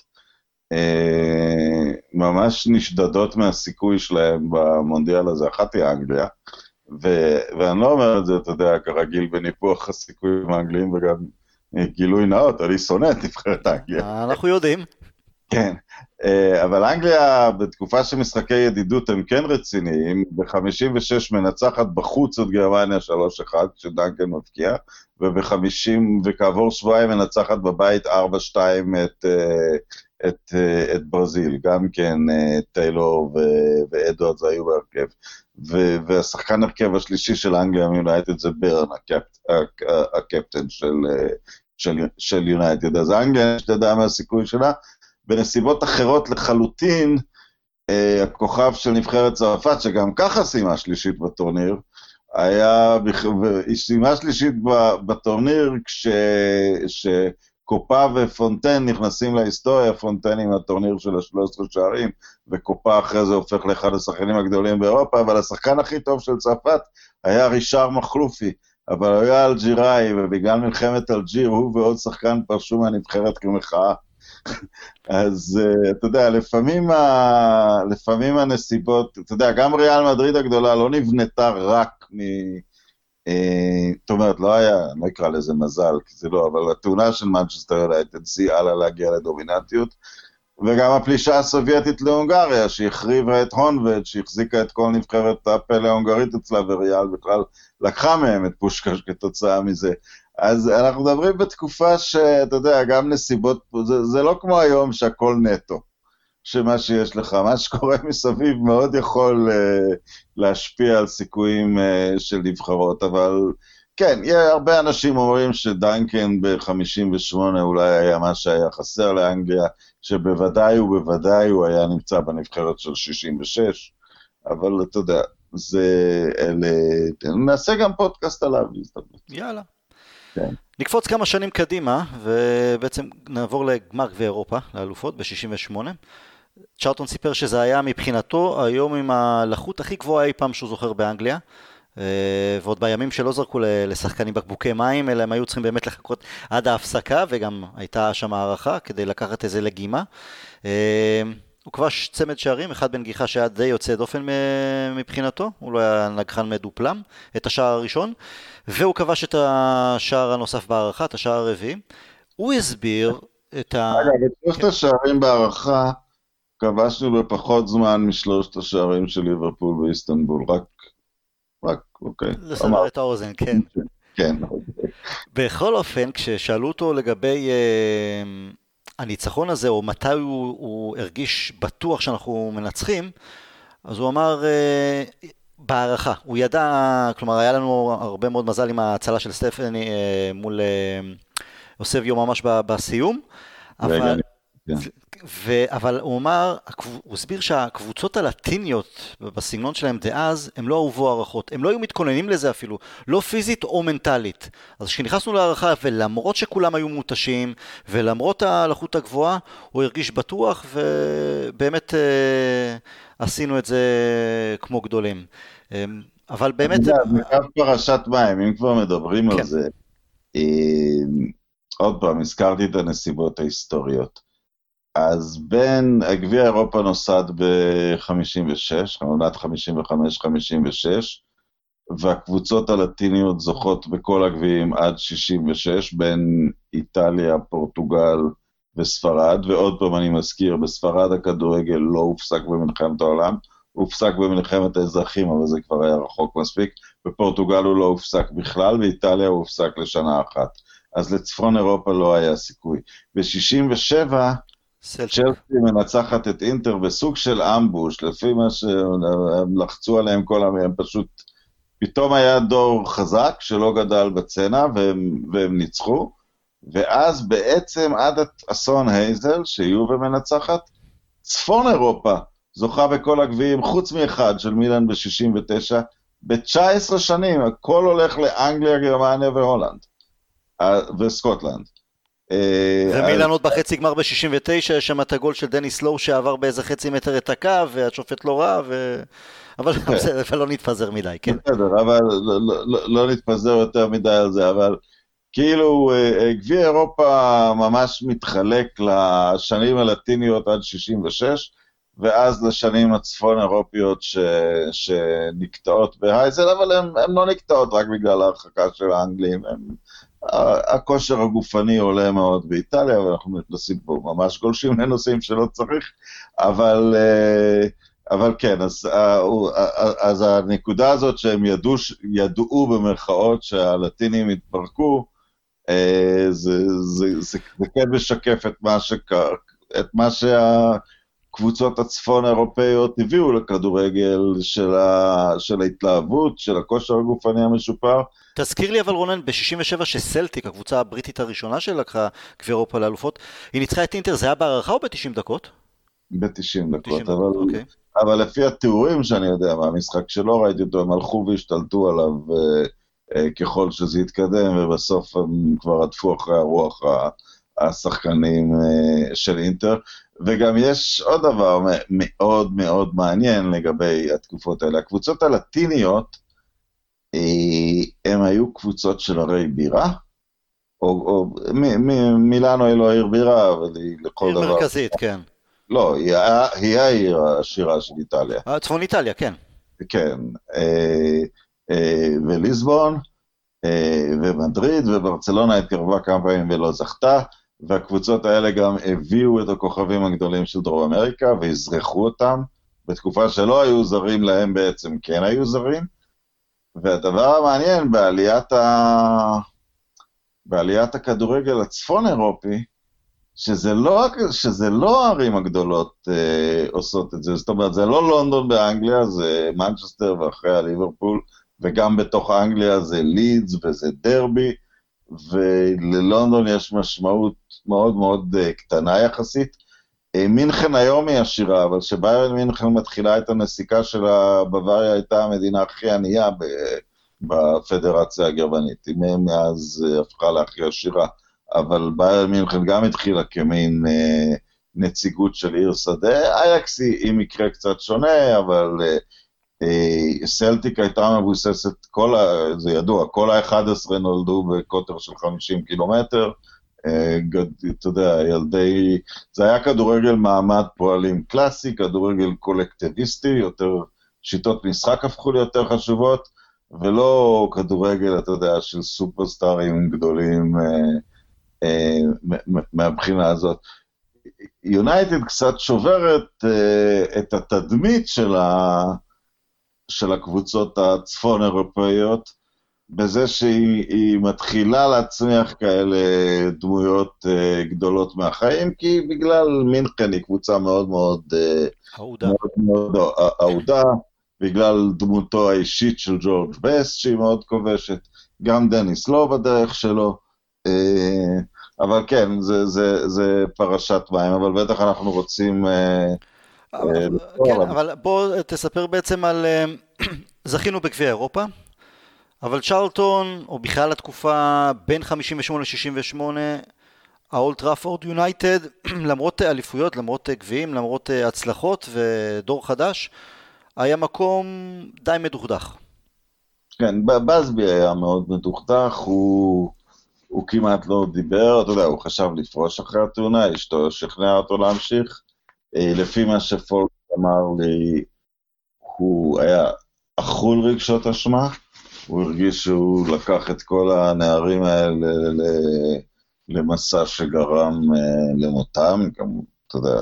ממש נשדדות מהסיכוי שלהם במונדיאל הזה. אחת היא אנגליה, ואני לא אומר את זה, אתה יודע, כרגיל בניפוח הסיכויים האנגליים, וגם גילוי נאות, אני שונא את נבחרת אנגליה. אנחנו יודעים. כן, אבל אנגליה בתקופה שמשחקי ידידות הם כן רציניים, ב-56 מנצחת בחוץ את גרמניה 3-1, כשדנקן מבקיע, וכעבור שבועיים מנצחת בבית 4-2 את ברזיל, גם כן טיילור ואדוארדס היו בהרכב, והשחקן הרכב השלישי של אנגליה מיונייטד זה ברן, הקפטן של יונייטד. אז אנגליה, שתדע מהסיכוי שלה, בנסיבות אחרות לחלוטין, הכוכב של נבחרת צרפת, שגם ככה סיימה שלישית בטורניר, היא סיימה שלישית בטורניר כשקופה ופונטן נכנסים להיסטוריה, פונטן עם הטורניר של ה-13 שערים, וקופה אחרי זה הופך לאחד השחקנים הגדולים באירופה, אבל השחקן הכי טוב של צרפת היה רישר מחלופי, אבל הוא היה אלג'יראי, ובגלל מלחמת אלג'יר, הוא ועוד שחקן פרשו מהנבחרת כמחאה. אז אתה יודע, לפעמים הנסיבות, אתה יודע, גם ריאל מדריד הגדולה לא נבנתה רק זאת אומרת, לא היה, אני לא אקרא לזה מזל, כי זה לא, אבל התאונה של מנצ'סטר יונייטד סייעה לה להגיע לדומיננטיות, וגם הפלישה הסובייטית להונגריה, שהחריבה את הונבד, שהחזיקה את כל נבחרת הפלא ההונגרית אצלה, וריאל בכלל לקחה מהם את פושקש כתוצאה מזה. אז אנחנו מדברים בתקופה שאתה יודע, גם נסיבות, זה לא כמו היום שהכל נטו, שמה שיש לך, מה שקורה מסביב מאוד יכול להשפיע על סיכויים של נבחרות, אבל כן, הרבה אנשים אומרים שדנקן ב-58 אולי היה מה שהיה חסר לאנגליה, שבוודאי הוא היה נמצא בנבחרת של 66, אבל אתה יודע, נעשה גם פודקאסט עליו. יאללה. כן. נקפוץ כמה שנים קדימה, ובעצם נעבור לגמר גביע אירופה, לאלופות, ב-68. צ'ארלטון סיפר שזה היה מבחינתו היום עם הלחות הכי גבוהה אי פעם שהוא זוכר באנגליה, ועוד בימים שלא זרקו לשחקנים בקבוקי מים, אלא הם היו צריכים באמת לחכות עד ההפסקה, וגם הייתה שם הערכה כדי לקחת איזה לגימה. הוא כבש צמד שערים, אחד בנגיחה שהיה די יוצא דופן מבחינתו, הוא לא היה נגחן מדופלם, את השער הראשון, והוא כבש את השער הנוסף בהערכה, את השער הרביעי. הוא הסביר את אגב, את שלושת השערים בהערכה, כבשנו בפחות זמן משלושת השערים של ליברפול באיסטנבול, רק, אוקיי. לסבר את האוזן, כן. כן. בכל אופן, כששאלו אותו לגבי הניצחון הזה, או מתי הוא הרגיש בטוח שאנחנו מנצחים, אז הוא אמר, בהערכה, הוא ידע, כלומר היה לנו הרבה מאוד מזל עם ההצלה של סטפני מול אוסביו ממש בסיום, אבל... אבל הוא אמר, הוא הסביר שהקבוצות הלטיניות בסגנון שלהם דאז, הם לא אהובו הערכות, הם לא היו מתכוננים לזה אפילו, לא פיזית או מנטלית. אז כשנכנסנו להערכה, ולמרות שכולם היו מותשים, ולמרות הלחות הגבוהה, הוא הרגיש בטוח, ובאמת עשינו את זה כמו גדולים. אבל באמת... מקו פרשת מים, אם כבר מדברים על זה, עוד פעם, הזכרתי את הנסיבות ההיסטוריות. אז בין גביע אירופה נוסד ב-56, עונת 55-56, והקבוצות הלטיניות זוכות בכל הגביעים עד 66, בין איטליה, פורטוגל וספרד, ועוד פעם אני מזכיר, בספרד הכדורגל לא הופסק במלחמת העולם, הופסק במלחמת האזרחים, אבל זה כבר היה רחוק מספיק, בפורטוגל הוא לא הופסק בכלל, באיטליה הוא הופסק לשנה אחת. אז לצפון אירופה לא היה סיכוי. ב-67, צ'לסי מנצחת את אינטר בסוג של אמבוש, לפי מה שהם לחצו עליהם כל הם פשוט, פתאום היה דור חזק שלא גדל בצנע, והם ניצחו, ואז בעצם עד אסון הייזל, שיובה מנצחת, צפון אירופה זוכה בכל הגביעים, חוץ מאחד של מילאן ב-69, ב-19 שנים, הכל הולך לאנגליה, גרמניה והולנד, וסקוטלנד. ומילאן עוד בחצי גמר ב-69, יש שם את הגול של דניס לואו שעבר באיזה חצי מטר את הקו, והשופט לא ראה, אבל לא נתפזר מדי, כן. בסדר, אבל לא נתפזר יותר מדי על זה, אבל כאילו גביע אירופה ממש מתחלק לשנים הלטיניות עד 66, ואז לשנים הצפון אירופיות שנקטעות בהייזל, אבל הן לא נקטעות רק בגלל ההרחקה של האנגלים, הכושר הגופני עולה מאוד באיטליה, ואנחנו נכנסים פה ממש גולשים לנושאים שלא צריך, אבל כן, אז הנקודה הזאת שהם ידעו במרכאות שהלטינים התפרקו, זה כן משקף את מה שהקבוצות הצפון האירופאיות הביאו לכדורגל של ההתלהבות, של הכושר הגופני המשופר. תזכיר לי אבל רונן, ב-67 שסלטיק, הקבוצה הבריטית הראשונה שלקחה גביע אירופה לאלופות, היא ניצחה את אינטר, זה היה בהערכה או ב-90 דקות? ב-90 דקות, אבל לפי התיאורים שאני יודע מהמשחק שלא ראיתי אותו, הם הלכו והשתלטו עליו ככל שזה יתקדם, ובסוף הם כבר עטפו אחרי הרוח השחקנים של אינטר, וגם יש עוד דבר מאוד מאוד מעניין לגבי התקופות האלה, הקבוצות הלטיניות, הם היו קבוצות של ערי בירה, או מילאנו היא לא עיר בירה, אבל היא לכל דבר. עיר מרכזית, כן. לא, היא העיר השירה של איטליה. צפון איטליה, כן. כן, וליסבון, ומדריד, וברצלונה התקרבה כמה פעמים ולא זכתה, והקבוצות האלה גם הביאו את הכוכבים הגדולים של דרום אמריקה, והזרחו אותם, בתקופה שלא היו זרים להם בעצם, כן היו זרים, והדבר המעניין בעליית הכדורגל הצפון אירופי, שזה לא הערים הגדולות עושות את זה, זאת אומרת, זה לא לונדון באנגליה, זה מנצ'סטר ואחריה ליברפול, וגם בתוך אנגליה זה לידס וזה דרבי, וללונדון יש משמעות מאוד מאוד קטנה יחסית. מינכן היום היא עשירה, אבל שביירן מינכן מתחילה את הנסיקה שלה, בוואריה הייתה המדינה הכי ענייה בפדרציה הגרמנית, היא מאז הפכה להכי עשירה, אבל ביירן מינכן גם התחילה כמין נציגות של עיר שדה, אייקס היא מקרה קצת שונה, אבל סלטיק הייתה מבוססת, זה ידוע, כל ה-11 נולדו בקוטר של 50 קילומטר, אתה יודע, זה היה כדורגל מעמד פועלים קלאסי, כדורגל קולקטיביסטי, יותר שיטות משחק הפכו לי יותר חשובות, ולא כדורגל, אתה יודע, של סופרסטארים גדולים מהבחינה הזאת. יונייטד קצת שוברת את התדמית של הקבוצות הצפון אירופאיות, בזה שהיא מתחילה להצמיח כאלה דמויות גדולות מהחיים, כי בגלל מינכן היא קבוצה מאוד מאוד אהודה. מאוד מאוד אהודה, בגלל דמותו האישית של ג'ורג' בסט שהיא מאוד כובשת, גם דניס לא בדרך שלו, אבל כן, זה פרשת מים, אבל בטח אנחנו רוצים כן, אבל בוא תספר בעצם על זכינו בגביע אירופה, אבל צ'רלטון, או בכלל התקופה בין 58-68, האולד טראפורד יונייטד, למרות אליפויות, למרות גביעים, למרות הצלחות ודור חדש, היה מקום די מדוכדך. כן, בסבי היה מאוד מדוכדך, הוא כמעט לא דיבר, אתה יודע, הוא חשב לפרוש אחרי התאונה, אשתו שכנעה אותו להמשיך, לפי מה שפולק אמר לי, הוא היה אכול רגשות אשמה, הוא הרגיש שהוא לקח את כל הנערים האלה למסע שגרם למותם, גם, אתה יודע,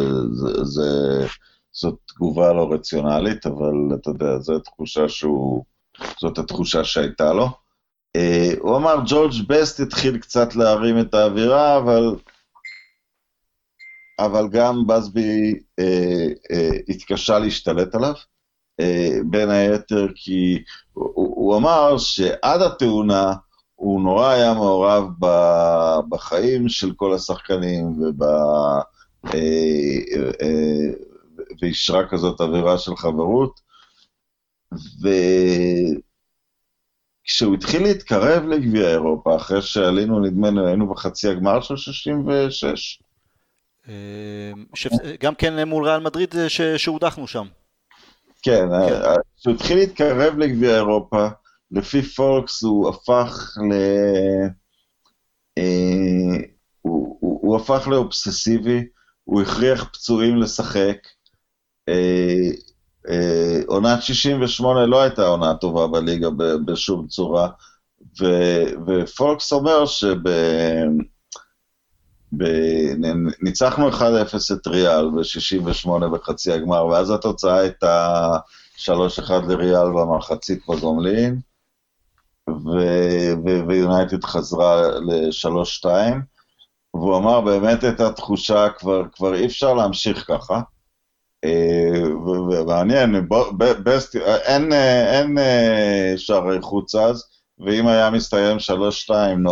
זאת תגובה לא רציונלית, אבל אתה יודע, זאת התחושה שהייתה לו. הוא אמר, ג'ורג' בסט התחיל קצת להרים את האווירה, אבל גם בסבי התקשה להשתלט עליו, בין היתר כי הוא אמר שעד התאונה הוא נורא היה מעורב בחיים של כל השחקנים וישרה כזאת אווירה של חברות, וכשהוא התחיל להתקרב לגביע אירופה, אחרי שעלינו, נדמנו, היינו בחצי הגמר של 66. גם כן מול ריאל מדריד שהודחנו שם. כן, כשהוא התחיל להתקרב לגביע אירופה, לפי פולקס הוא הפך לאובססיבי, הוא הכריח פצועים לשחק, עונת 68 לא הייתה עונה טובה בליגה בשום צורה, ופולקס אומר ניצחנו 1-0 את ריאל ב-68 בחצי הגמר, ואז התוצאה הייתה 3-1 לריאל במחצית בגומלין, ויונייטד חזרה ל-3-2, והוא אמר באמת את התחושה, כבר אי אפשר להמשיך ככה, ומעניין, אין שערי חוץ אז, ואם היה מסתיים 3-2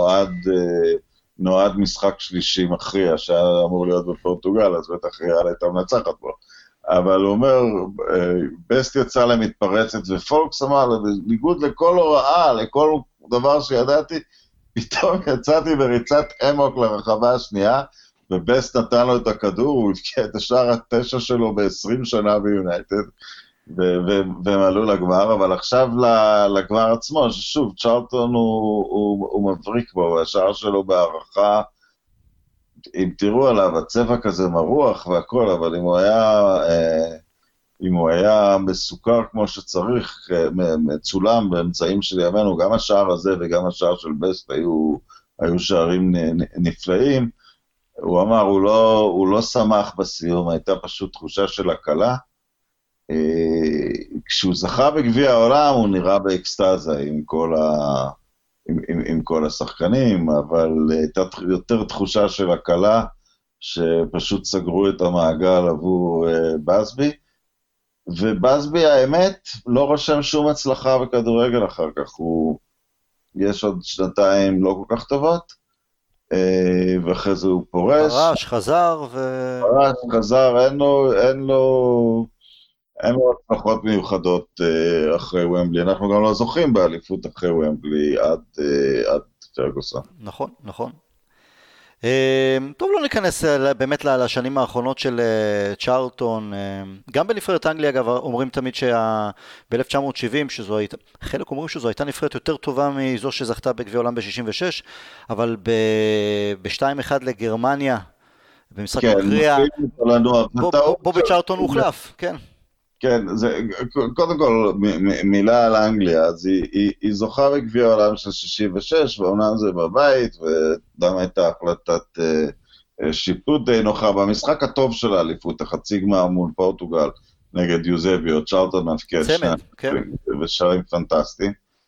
נועד משחק שלישי מכריע, שהיה אמור להיות בפורטוגל, אז בטח ריאל הייתה מנצחת בו. אבל הוא אומר, בסט יצא למתפרצת, ופולקס אמר, בניגוד לכל הוראה, לכל דבר שידעתי, פתאום יצאתי בריצת אמוק לרחבה השנייה, ובסט נתן לו את הכדור, הוא הבקיע את השער ה9 שלו ב-20 שנה ביונייטד, והם עלו לגמר, אבל עכשיו לגמר עצמו, ששוב, צ'רלטון הוא מבריק בו, והשער שלו בהערכה, אם תראו עליו, הצבע כזה מרוח והכל, אבל אם הוא היה מסוכר כמו שצריך, מצולם באמצעים של ימינו, גם השער הזה וגם השער של בסט היו שערים נפלאים, הוא אמר, הוא לא שמח בסיום, הייתה פשוט תחושה של הקלה, כשהוא זכה בגביע העולם, הוא נראה באקסטאזה עם כל השחקנים, אבל הייתה יותר תחושה של הקלה, שפשוט סגרו את המעגל עבור בסבי, ובסבי האמת לא רושם שום הצלחה בכדורגל אחר כך, יש עוד שנתיים לא כל כך טובות, ואחרי זה הוא פורש. חזר, אין לו הצלחות מיוחדות אחרי ומבלי, אנחנו גם לא זוכים באליפות אחרי ומבלי עד פרגוסון. נכון. טוב, לא ניכנס באמת לשנים האחרונות של צ'רלטון, גם בנבחרת אנגליה אגב אומרים תמיד ב-1970 חלק אומרים שזו הייתה נבחרת יותר טובה מזו שזכתה בגביע העולם ב-66, אבל ב-2-1 לגרמניה במשחק מכריע, בובי צ'רלטון הוחלף, כן. כן, קודם כל, מילה על אנגליה, אז היא זוכה בגביע העולם של 66, ואומנם זה בבית, וגם הייתה החלטת שיפוט די נוחה, במשחק הטוב של האליפות, החצי גמר מול פורטוגל, נגד יוזביו, צ'רלטון מבקיע שני, ושערים פנטסטיים.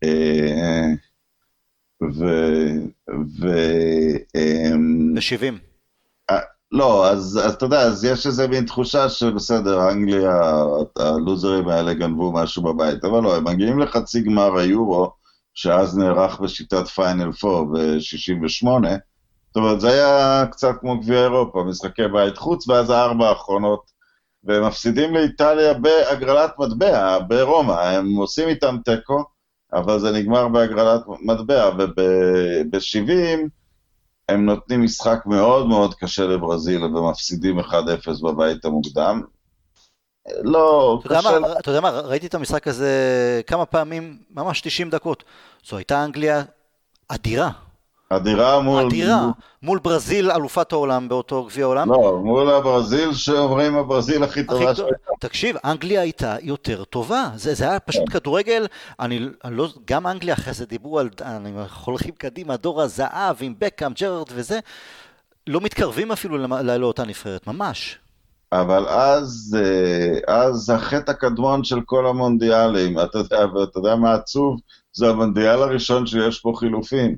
ו... ו... ב-70. לא, אז אתה יודע, אז יש איזה מין תחושה שבסדר, אנגליה, הלוזרים האלה גנבו משהו בבית, אבל לא, הם מגיעים לחצי גמר היורו, שאז נערך בשיטת פיינל 4 ב-68, זאת אומרת, זה היה קצת כמו גביע אירופה, משחקי בית חוץ, ואז 4 האחרונות, והם מפסידים לאיטליה בהגרלת מטבע, ברומא, הם עושים איתם טקו, אבל זה נגמר בהגרלת מטבע, וב-70, הם נותנים משחק מאוד מאוד קשה לברזיל, ומפסידים 1-0 בבית המוקדם. לא, קשה... אתה יודע מה, ראיתי את המשחק הזה כמה פעמים, ממש 90 דקות. זו הייתה אנגליה אדירה. אדירה מול ברזיל, אלופת העולם באותו גביע העולם. לא, מול הברזיל שאומרים הברזיל הכי טובה שהייתה. תקשיב, אנגליה הייתה יותר טובה. זה היה פשוט כדורגל. גם אנגליה אחרי זה דיברו על, אני הולכים קדימה, דור הזהב עם בקאם, ג'רארד וזה, לא מתקרבים אפילו לאותה נבחרת, ממש. אבל אז החטא הקדמון של כל המונדיאלים, אתה יודע מה עצוב? זה המונדיאל הראשון שיש פה חילופים.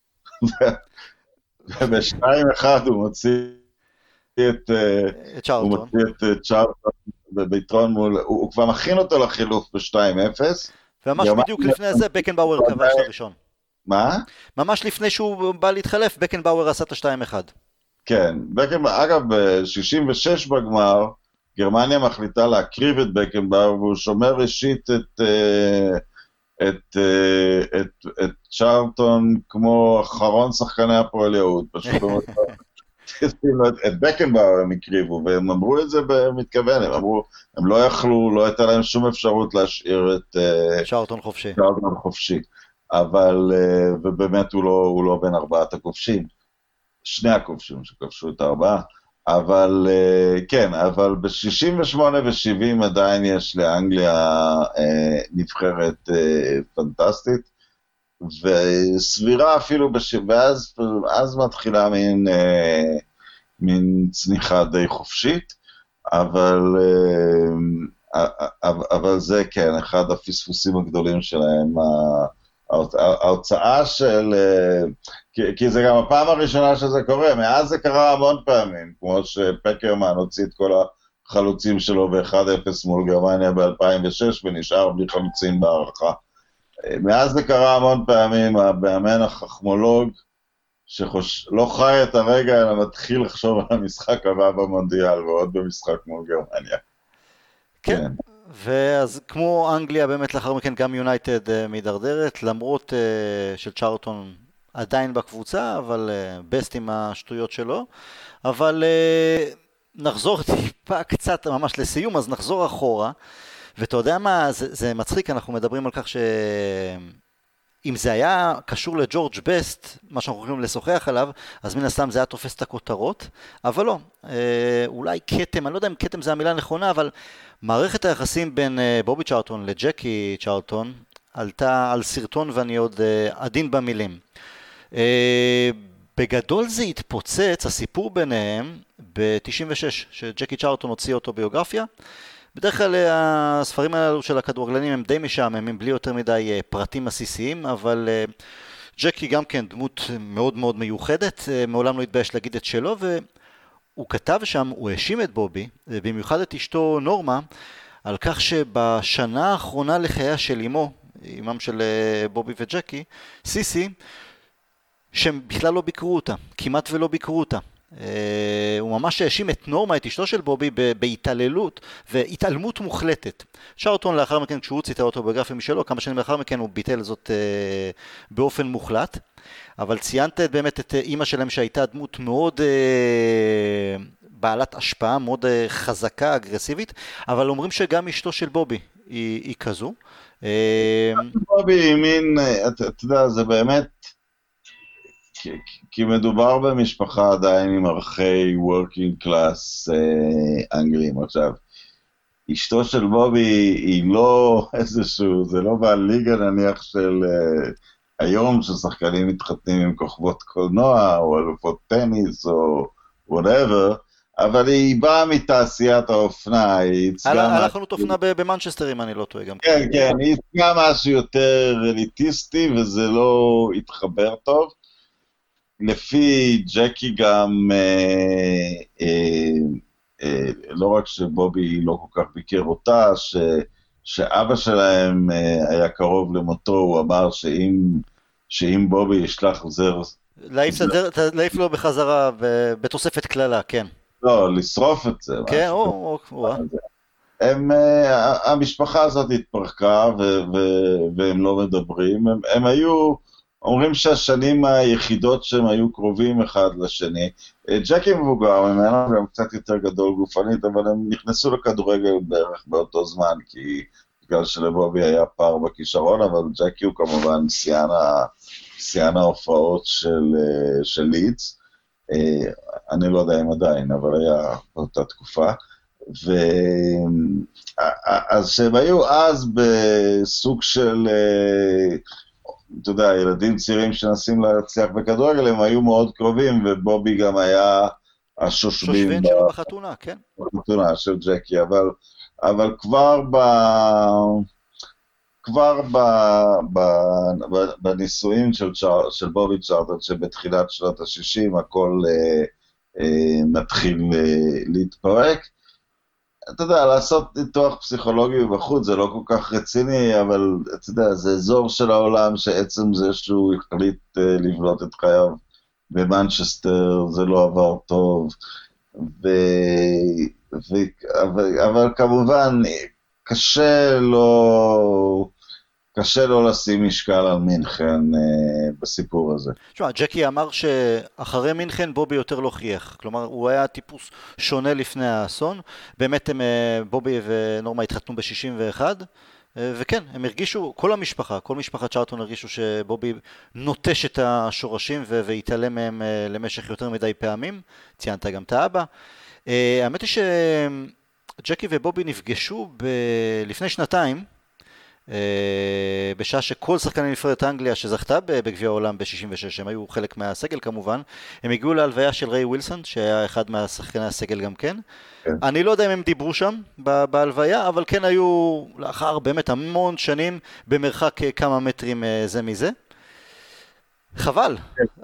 וב-2-1 הוא מוציא את צ'ארלטון ביתרון מול, הוא כבר מכין אותו לחילוף ב-2-0. וממש בדיוק לפני זה בקנבאואר כבש הראשון. מה? ממש לפני שהוא בא להתחלף, בקנבאואר עשה את ה-2-1. כן, אגב, ב-66 בגמר, גרמניה מחליטה להקריב את בקנבאואר, והוא שומר ראשית את צ'ארלטון כמו אחרון שחקני הפועל יהוד, פשוט את בקנבאואר הם הקריבו, והם אמרו את זה במתכוון, הם אמרו, הם לא יכלו, לא הייתה להם שום אפשרות להשאיר את צ'ארלטון חופשי, אבל, ובאמת הוא לא בין 4 הכובשים, 2 הכובשים שכבשו את 4, אבל כן, אבל ב-68 ו-70 עדיין יש לאנגליה נבחרת פנטסטית, וסבירה אפילו, ואז מתחילה מין צניחה די חופשית, אבל זה כן, אחד הפספוסים הגדולים שלהם, ההוצאה של, כי זה גם הפעם הראשונה שזה קורה, מאז זה קרה המון פעמים, כמו שפקרמן הוציא את כל החלוצים שלו ב-1-0 מול גרמניה ב-2006, ונשאר בלי חלוצים בהערכה. מאז זה קרה המון פעמים, המאמן החכמולוג, שלא חי את הרגע, אלא מתחיל לחשוב על המשחק הבא במונדיאל, ועוד במשחק מול גרמניה. כן. ואז כמו אנגליה באמת לאחר מכן גם יונייטד מידרדרת, למרות של צ'ארלטון עדיין בקבוצה, אבל בסט עם השטויות שלו, אבל נחזור טיפה קצת ממש לסיום, אז נחזור אחורה, ואתה יודע מה, זה מצחיק, אנחנו מדברים על כך אם זה היה קשור לג'ורג' בסט, מה שאנחנו יכולים לשוחח עליו, אז מן הסתם זה היה תופס את הכותרות, אבל לא, אולי קטם, אני לא יודע אם קטם זה המילה הנכונה, אבל מערכת היחסים בין בובי צ'ארלטון לג'קי צ'ארלטון עלתה על סרטון, ואני עוד עדין במילים. בגדול זה התפוצץ, הסיפור ביניהם, ב-96, שג'קי צ'ארלטון הוציא אוטוביוגרפיה. בדרך כלל הספרים האלו של הכדורגלנים הם די משעממים, בלי יותר מדי פרטים עסיסיים, אבל ג'קי גם כן דמות מאוד מאוד מיוחדת, מעולם לא התבייש להגיד את שלו, והוא כתב שם, הוא האשים את בובי, במיוחד את אשתו נורמה, על כך שבשנה האחרונה לחייה של אמם של בובי וג'קי, סיסי, שהם בכלל לא ביקרו אותה, כמעט ולא ביקרו אותה. הוא ממש האשים את נורמה, את אשתו של בובי, בהתעללות והתעלמות מוחלטת. צ'ארלטון לאחר מכן, כשהוא הוציא את האוטוביוגרפיה משלו, כמה שנים לאחר מכן הוא ביטל זאת באופן מוחלט. אבל ציינת באמת את אמא שלהם שהייתה דמות מאוד בעלת השפעה, מאוד חזקה, אגרסיבית, אבל אומרים שגם אשתו של בובי היא כזו. בובי מין, אתה יודע, זה באמת, כי מדובר במשפחה עדיין עם ערכי working class אנגלים. עכשיו, אשתו של בובי היא לא איזשהו, זה לא בליגה נניח של היום ששחקנים מתחתנים עם כוכבות קולנוע או אלופות טניס או whatever, אבל היא באה מתעשיית האופנה, היא ייצגה... היה חנות אופנה במנצ'סטר, אם אני לא טועה גם. כן, כן, היא ייצגה משהו יותר אליטיסטי, וזה לא התחבר טוב. לפי ג'קי גם, לא רק שבובי לא כל כך ביקר אותה, שאבא שלהם היה קרוב למותו, הוא אמר שאם בובי ישלח זר... להעיף לו בחזרה בתוספת כללה, כן. לא, לשרוף את זה. כן, המשפחה הזאת התפרקה והם לא מדברים. הם היו, אומרים שהשנים היחידות שהם היו קרובים אחד לשני. ג'קי מבוגר ממנו, גם קצת יותר גדול גופנית, אבל הם נכנסו לכדורגל בערך באותו זמן, כי בגלל שלבובי היה פער בכישרון, אבל ג'קי הוא כמובן שיאן ההופעות של לידס. אני לא יודע אם עדיין, אבל היה באותה תקופה. אז שהם היו אז בסוג של, אתה יודע, ילדים צעירים שנסים להצליח בכדורגל, הם היו מאוד קרובים, ובובי גם היה השושבין שלו בחתונה, כן. בחתונה של ג'קי, אבל כבר בניסויים של בובי צ'רלטון, שבתחילת שנות ה-60 הכל מתחיל להתפרק. אתה יודע, לעשות ניתוח פסיכולוגי בחוץ זה לא כל כך רציני, אבל אתה יודע, זה אזור של העולם שעצם זה שהוא החליט לבנות את חייו במנצ'סטר, זה לא עבר טוב, אבל כמובן קשה לו לשים משקל על מינכן בסיפור הזה. תשמע, ג'קי אמר שאחרי מינכן בובי יותר לא חייך, כלומר הוא היה טיפוס שונה לפני האסון, באמת בובי ונורמה התחתנו ב-61, וכן, הם הרגישו, כל משפחת צ'רלטון הרגישו שבובי נוטש את השורשים והתעלם מהם למשך יותר מדי פעמים, ציינת גם את האבא. האמת היא שג'קי ובובי נפגשו לפני שנתיים, בשעה שכל שחקני נבחרת אנגליה שזכתה בגביע העולם ב-66, הם היו חלק מהסגל כמובן, הם הגיעו להלוויה של ריי ווילסון, שהיה אחד מהשחקני הסגל גם כן. אני לא יודע אם הם דיברו שם בהלוויה, אבל כן היו לאחר באמת המון שנים במרחק כמה מטרים זה מזה. חבל.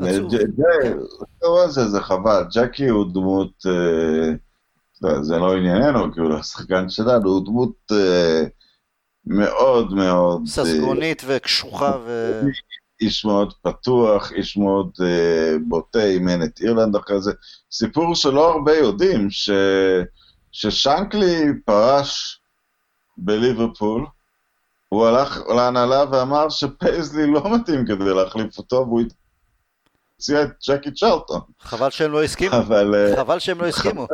זה חבל. ג'קי הוא דמות, זה לא ענייננו, כי הוא השחקן שלנו, הוא דמות מאוד מאוד... ססגונית וקשוחה איש מאוד פתוח, איש מאוד בוטה, אימן את אירלנד אחרי זה. סיפור שלא הרבה יודעים, ששנקלי פרש בליברפול, הוא הלך להנהלה ואמר שפייזלי לא מתאים כדי להחליף אותו, והוא הציע את ג'קי צ'רלטון. חבל שהם לא הסכימו. חבל שהם לא הסכימו.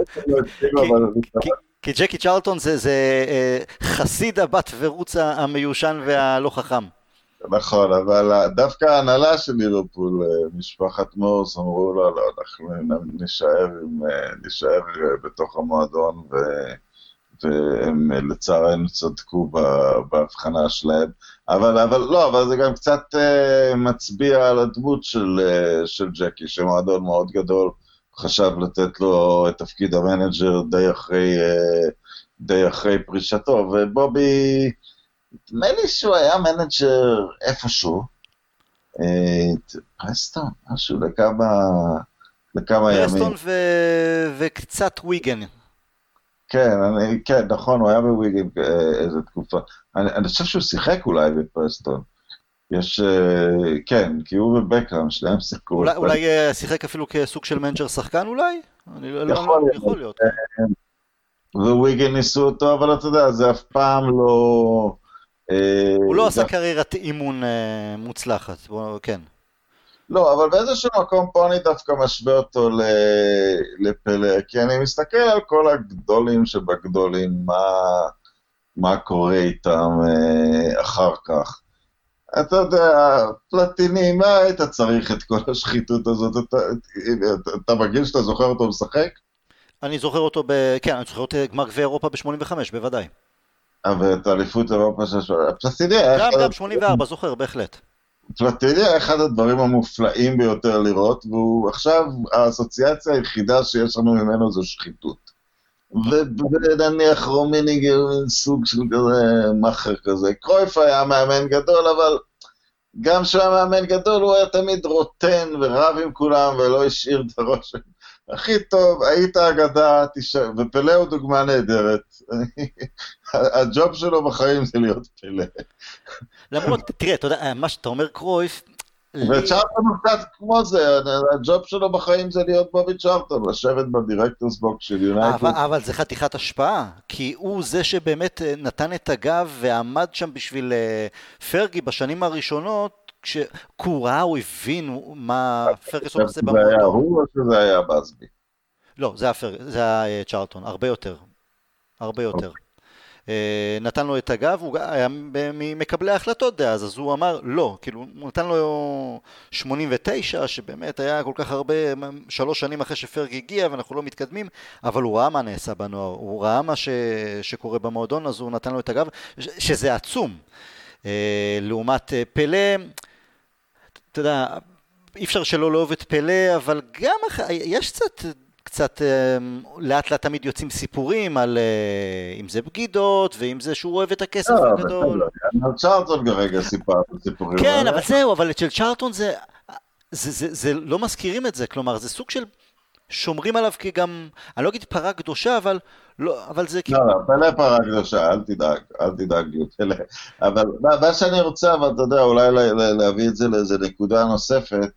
כי ג'קי צ'רלטון זה חסיד הבת ורוץ המיושן והלא חכם. נכון, אבל דווקא ההנהלה של ליברפול, משפחת מורס, אמרו לו, לא, אנחנו נשאר בתוך המועדון, והם לצערנו צדקו בהבחנה שלהם. אבל זה גם קצת מצביע על הדמות של ג'קי, שמועדון מאוד גדול, חשב לתת לו את תפקיד המנג'ר די אחרי פרישתו, ובובי, נדמה לי שהוא היה מנג'ר איפשהו, פרסטון, משהו לכמה ימים. פרסטון וקצת וויגן. כן, נכון, הוא היה בוויגן איזו תקופה. אני חושב שהוא שיחק אולי בפרסטון. כן, כי הוא ובקראם, שלהם שיחקו. אולי שיחק אפילו כסוג של מנג'ר שחקן אולי? יכול להיות. וויגן ניסו אותו, אבל אתה יודע, זה אף פעם לא... הוא לא עשה קריירת אימון מוצלחת, כן. לא, אבל באיזשהו מקום פה אני דווקא משווה אותו לפלא, כי אני מסתכל על כל הגדולים שבגדולים, מה קורה איתם אחר כך. אתה יודע, פלטיני, מה היית צריך את כל השחיתות הזאת? אתה מגיל שאתה זוכר אותו משחק? אני זוכר אותו כן, אני זוכר אותו גמר גביע אירופה ב-85, בוודאי. אבל את האליפות אירופה של... פלטיני... גם 84, זוכר, בהחלט. פלטיני היה אחד הדברים המופלאים ביותר לראות, והוא עכשיו, האסוציאציה היחידה שיש לנו ממנו זו שחיתות. ונניח רומיניגר, סוג של כזה, מאחר כזה. קרויף היה מאמן גדול, אבל גם שהוא היה מאמן גדול, הוא היה תמיד רוטן ורב עם כולם, ולא השאיר את הרושם. הכי טוב, היית אגדה, ופלא הוא דוגמה נהדרת. הג'וב שלו בחיים זה להיות פלא. למרות, תראה, אתה יודע, מה שאתה אומר קרויף, וצ'ארטון הוא קצת כמו זה, הג'וב שלו בחיים זה להיות בובי צ'ארטון, לשבת בדירקטורס בוקס של יונייטד. אבל זה חתיכת השפעה, כי הוא זה שבאמת נתן את הגב ועמד שם בשביל פרגי בשנים הראשונות, כשהוא ראה, הוא הבין מה פרגסון עושה במועדון. זה היה הוא או שזה היה בסבי? לא, זה היה צ'ארטון, הרבה יותר. הרבה יותר. נתן לו את הגב, הוא היה ממקבלי ההחלטות דאז, אז הוא אמר לא, כאילו הוא נתן לו 89, שבאמת היה כל כך הרבה, 3 שנים אחרי שפרג הגיע ואנחנו לא מתקדמים, אבל הוא ראה מה נעשה בנוער, הוא ראה מה שקורה במועדון, אז הוא נתן לו את הגב, שזה עצום. לעומת פלא, אתה יודע, אי אפשר שלא לאהוב את פלא, אבל גם יש קצת לאט לאט תמיד יוצאים סיפורים על אם זה בגידות ואם זה שהוא אוהב את הכסף הגדול. צ'ארטון כרגע סיפורים. כן, אבל זהו, אבל אצל צ'ארטון זה לא מזכירים את זה, כלומר זה סוג של שומרים עליו כי גם, אני לא אגיד פרה קדושה, אבל זה כאילו... לא, פלא פרה קדושה, אל תדאג לי, אבל מה שאני רוצה, אבל אתה יודע, אולי להביא את זה לאיזה נקודה נוספת,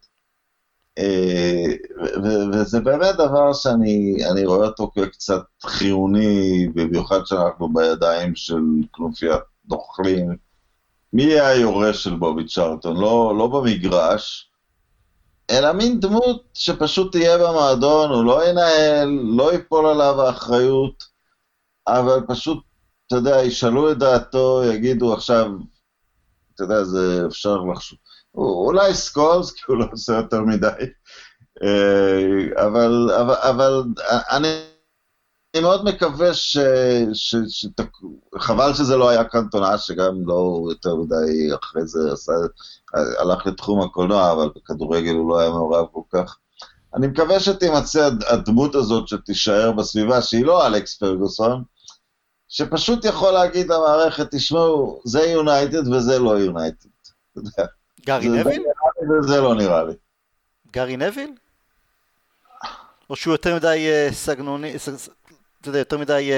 וזה באמת דבר שאני רואה אותו כקצת חיוני, במיוחד שאנחנו בידיים של כנופיית נוכלים. מי יהיה היורש של בובי צ'ארטון? לא במגרש, אלא מין דמות שפשוט תהיה במועדון, הוא לא ינהל, לא ייפול עליו האחריות, אבל פשוט, אתה יודע, ישאלו את דעתו, יגידו עכשיו, אתה יודע, זה אפשר לחשוב. אולי סקולס, כי הוא לא עושה יותר מדי, אבל אני מאוד מקווה חבל שזה לא היה קנטונה, שגם לא יותר מדי אחרי זה הלך לתחום הקולנוע, אבל בכדורגל הוא לא היה מעורב כל כך. אני מקווה שתימצא הדמות הזאת שתישאר בסביבה, שהיא לא אלכס פרגוסון, שפשוט יכול להגיד למערכת, תשמעו, זה יונייטד וזה לא יונייטד. גארי נביל? זה לא נראה לי. גארי נביל? או שהוא יותר מדי סגנוני, אתה יודע, יותר מדי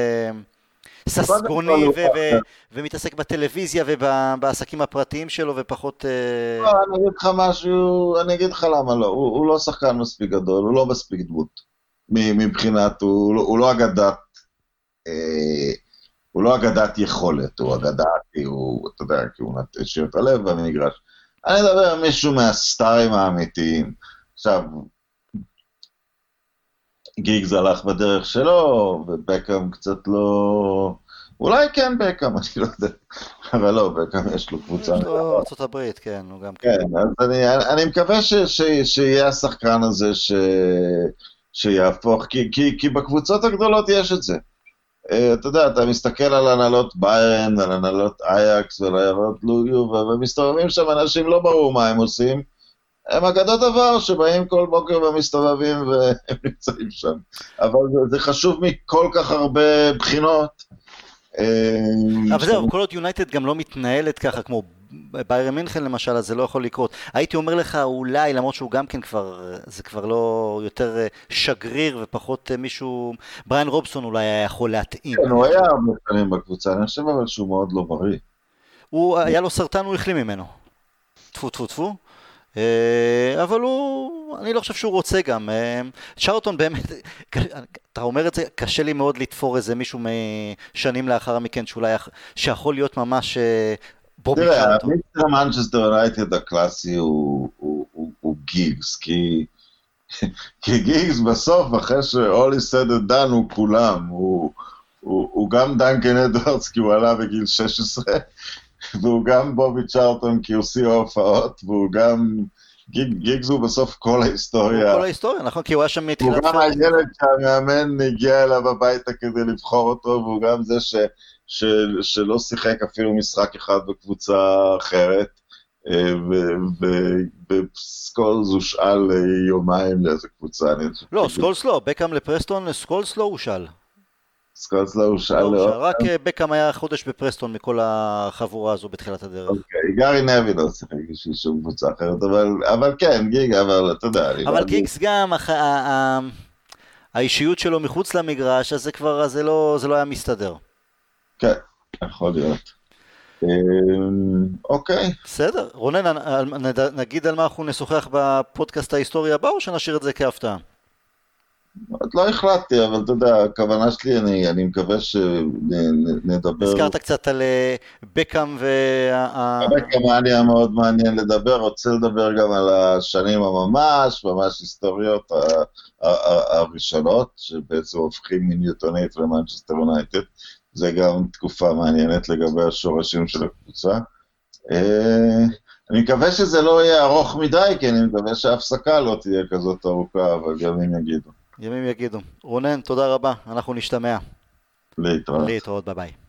ססגוני ומתעסק בטלוויזיה ובעסקים הפרטיים שלו ופחות... לא, אני אגיד לך משהו, אני אגיד לך למה לא, הוא לא שחקן מספיק גדול, הוא לא מספיק דמות. מבחינת, הוא לא אגדת, הוא לא אגדת יכולת, הוא אגדת, אתה יודע, כי הוא נטשיר את הלב במגרש. אני אדבר על מישהו מהסטארים האמיתיים. עכשיו, גיגס הלך בדרך שלו, ובקאם קצת לא... אולי כן בקאם, אני לא יודע. אבל לא, בקאם יש לו קבוצה. לא, ארצות הברית, כן, הוא גם כן. אז אני מקווה שיהיה השחקן הזה שיהפוך, כי בקבוצות הגדולות יש את זה. אתה יודע, אתה מסתכל על הנהלות ביירן, על הנהלות אייקס ולהנהלות לויו, ומסתובבים שם אנשים לא ברור מה הם עושים, הם אגדות עבר שבאים כל בוקר ומסתובבים והם נמצאים שם. אבל זה חשוב מכל כך הרבה בחינות. אבל זהו, כל עוד יונייטד גם לא מתנהלת ככה, כמו ביירן מינכן למשל, אז זה לא יכול לקרות. הייתי אומר לך אולי, למרות שהוא גם כן כבר, זה כבר לא יותר שגריר ופחות מישהו, בריין רובסון אולי היה יכול להתאים. כן, הוא היה הרבה שנים בקבוצה, אני חושב אבל שהוא מאוד לא בריא. הוא, היה לו סרטן, הוא החלים ממנו. טפו טפו טפו. אבל הוא, אני לא חושב שהוא רוצה גם. צ'ארטון באמת, אתה אומר את זה, קשה לי מאוד לתפור איזה מישהו משנים לאחר מכן, שאולי, שיכול להיות ממש בובי צ'ארטון. תראה, מיסטר מנצ'סטר יונייטד הקלאסי הוא גיגס, כי גיגס בסוף, אחרי ש-all is said and done הוא כולם, הוא גם דנקן אדוארדס, כי הוא עלה בגיל 16, והוא גם בובי צ'ארטון כי הוא שיא ההופעות, והוא גם גיגס הוא בסוף כל ההיסטוריה. כל ההיסטוריה, נכון, כי הוא היה שם מתחילת... הוא גם הילד שהמאמן הגיע אליו הביתה כדי לבחור אותו, והוא גם זה שלא שיחק אפילו משחק אחד בקבוצה אחרת, וסקולס הושאל יומיים לאיזה קבוצה. לא, סקולס לא, בקאם לפרסטון, סקולס לא הושאל. סקולס לא הושאל לא, לעוד. רק בקאם היה חודש בפרסטון מכל החבורה הזו בתחילת הדרך. אוקיי, גארי נבי לא שיחק בשביל שום קבוצה אחרת, אבל כן, גיג, אבל אתה יודע. אבל גיגס גם, האישיות שלו מחוץ למגרש, אז זה כבר, זה לא היה מסתדר. כן, יכול להיות. אוקיי. בסדר, רונן, נגיד על מה אנחנו נשוחח בפודקאסט ההיסטורי הבא, או שנשאיר את זה כהפתעה? עוד לא החלטתי, אבל אתה יודע, הכוונה שלי, אני מקווה שנדבר... הזכרת קצת על בקאם בקאם היה מאוד מעניין לדבר, רוצה לדבר גם על השנים ממש היסטוריות הראשונות, שבעצם הופכים מניוטונית למנצ'סטר יונייטד, זה גם תקופה מעניינת לגבי השורשים של הקבוצה. אני מקווה שזה לא יהיה ארוך מדי, כי אני מקווה שההפסקה לא תהיה כזאת ארוכה, אבל ימים יגידו. ימים יגידו. רונן, תודה רבה, אנחנו נשתמע. להתראות. להתראות, ביי ביי.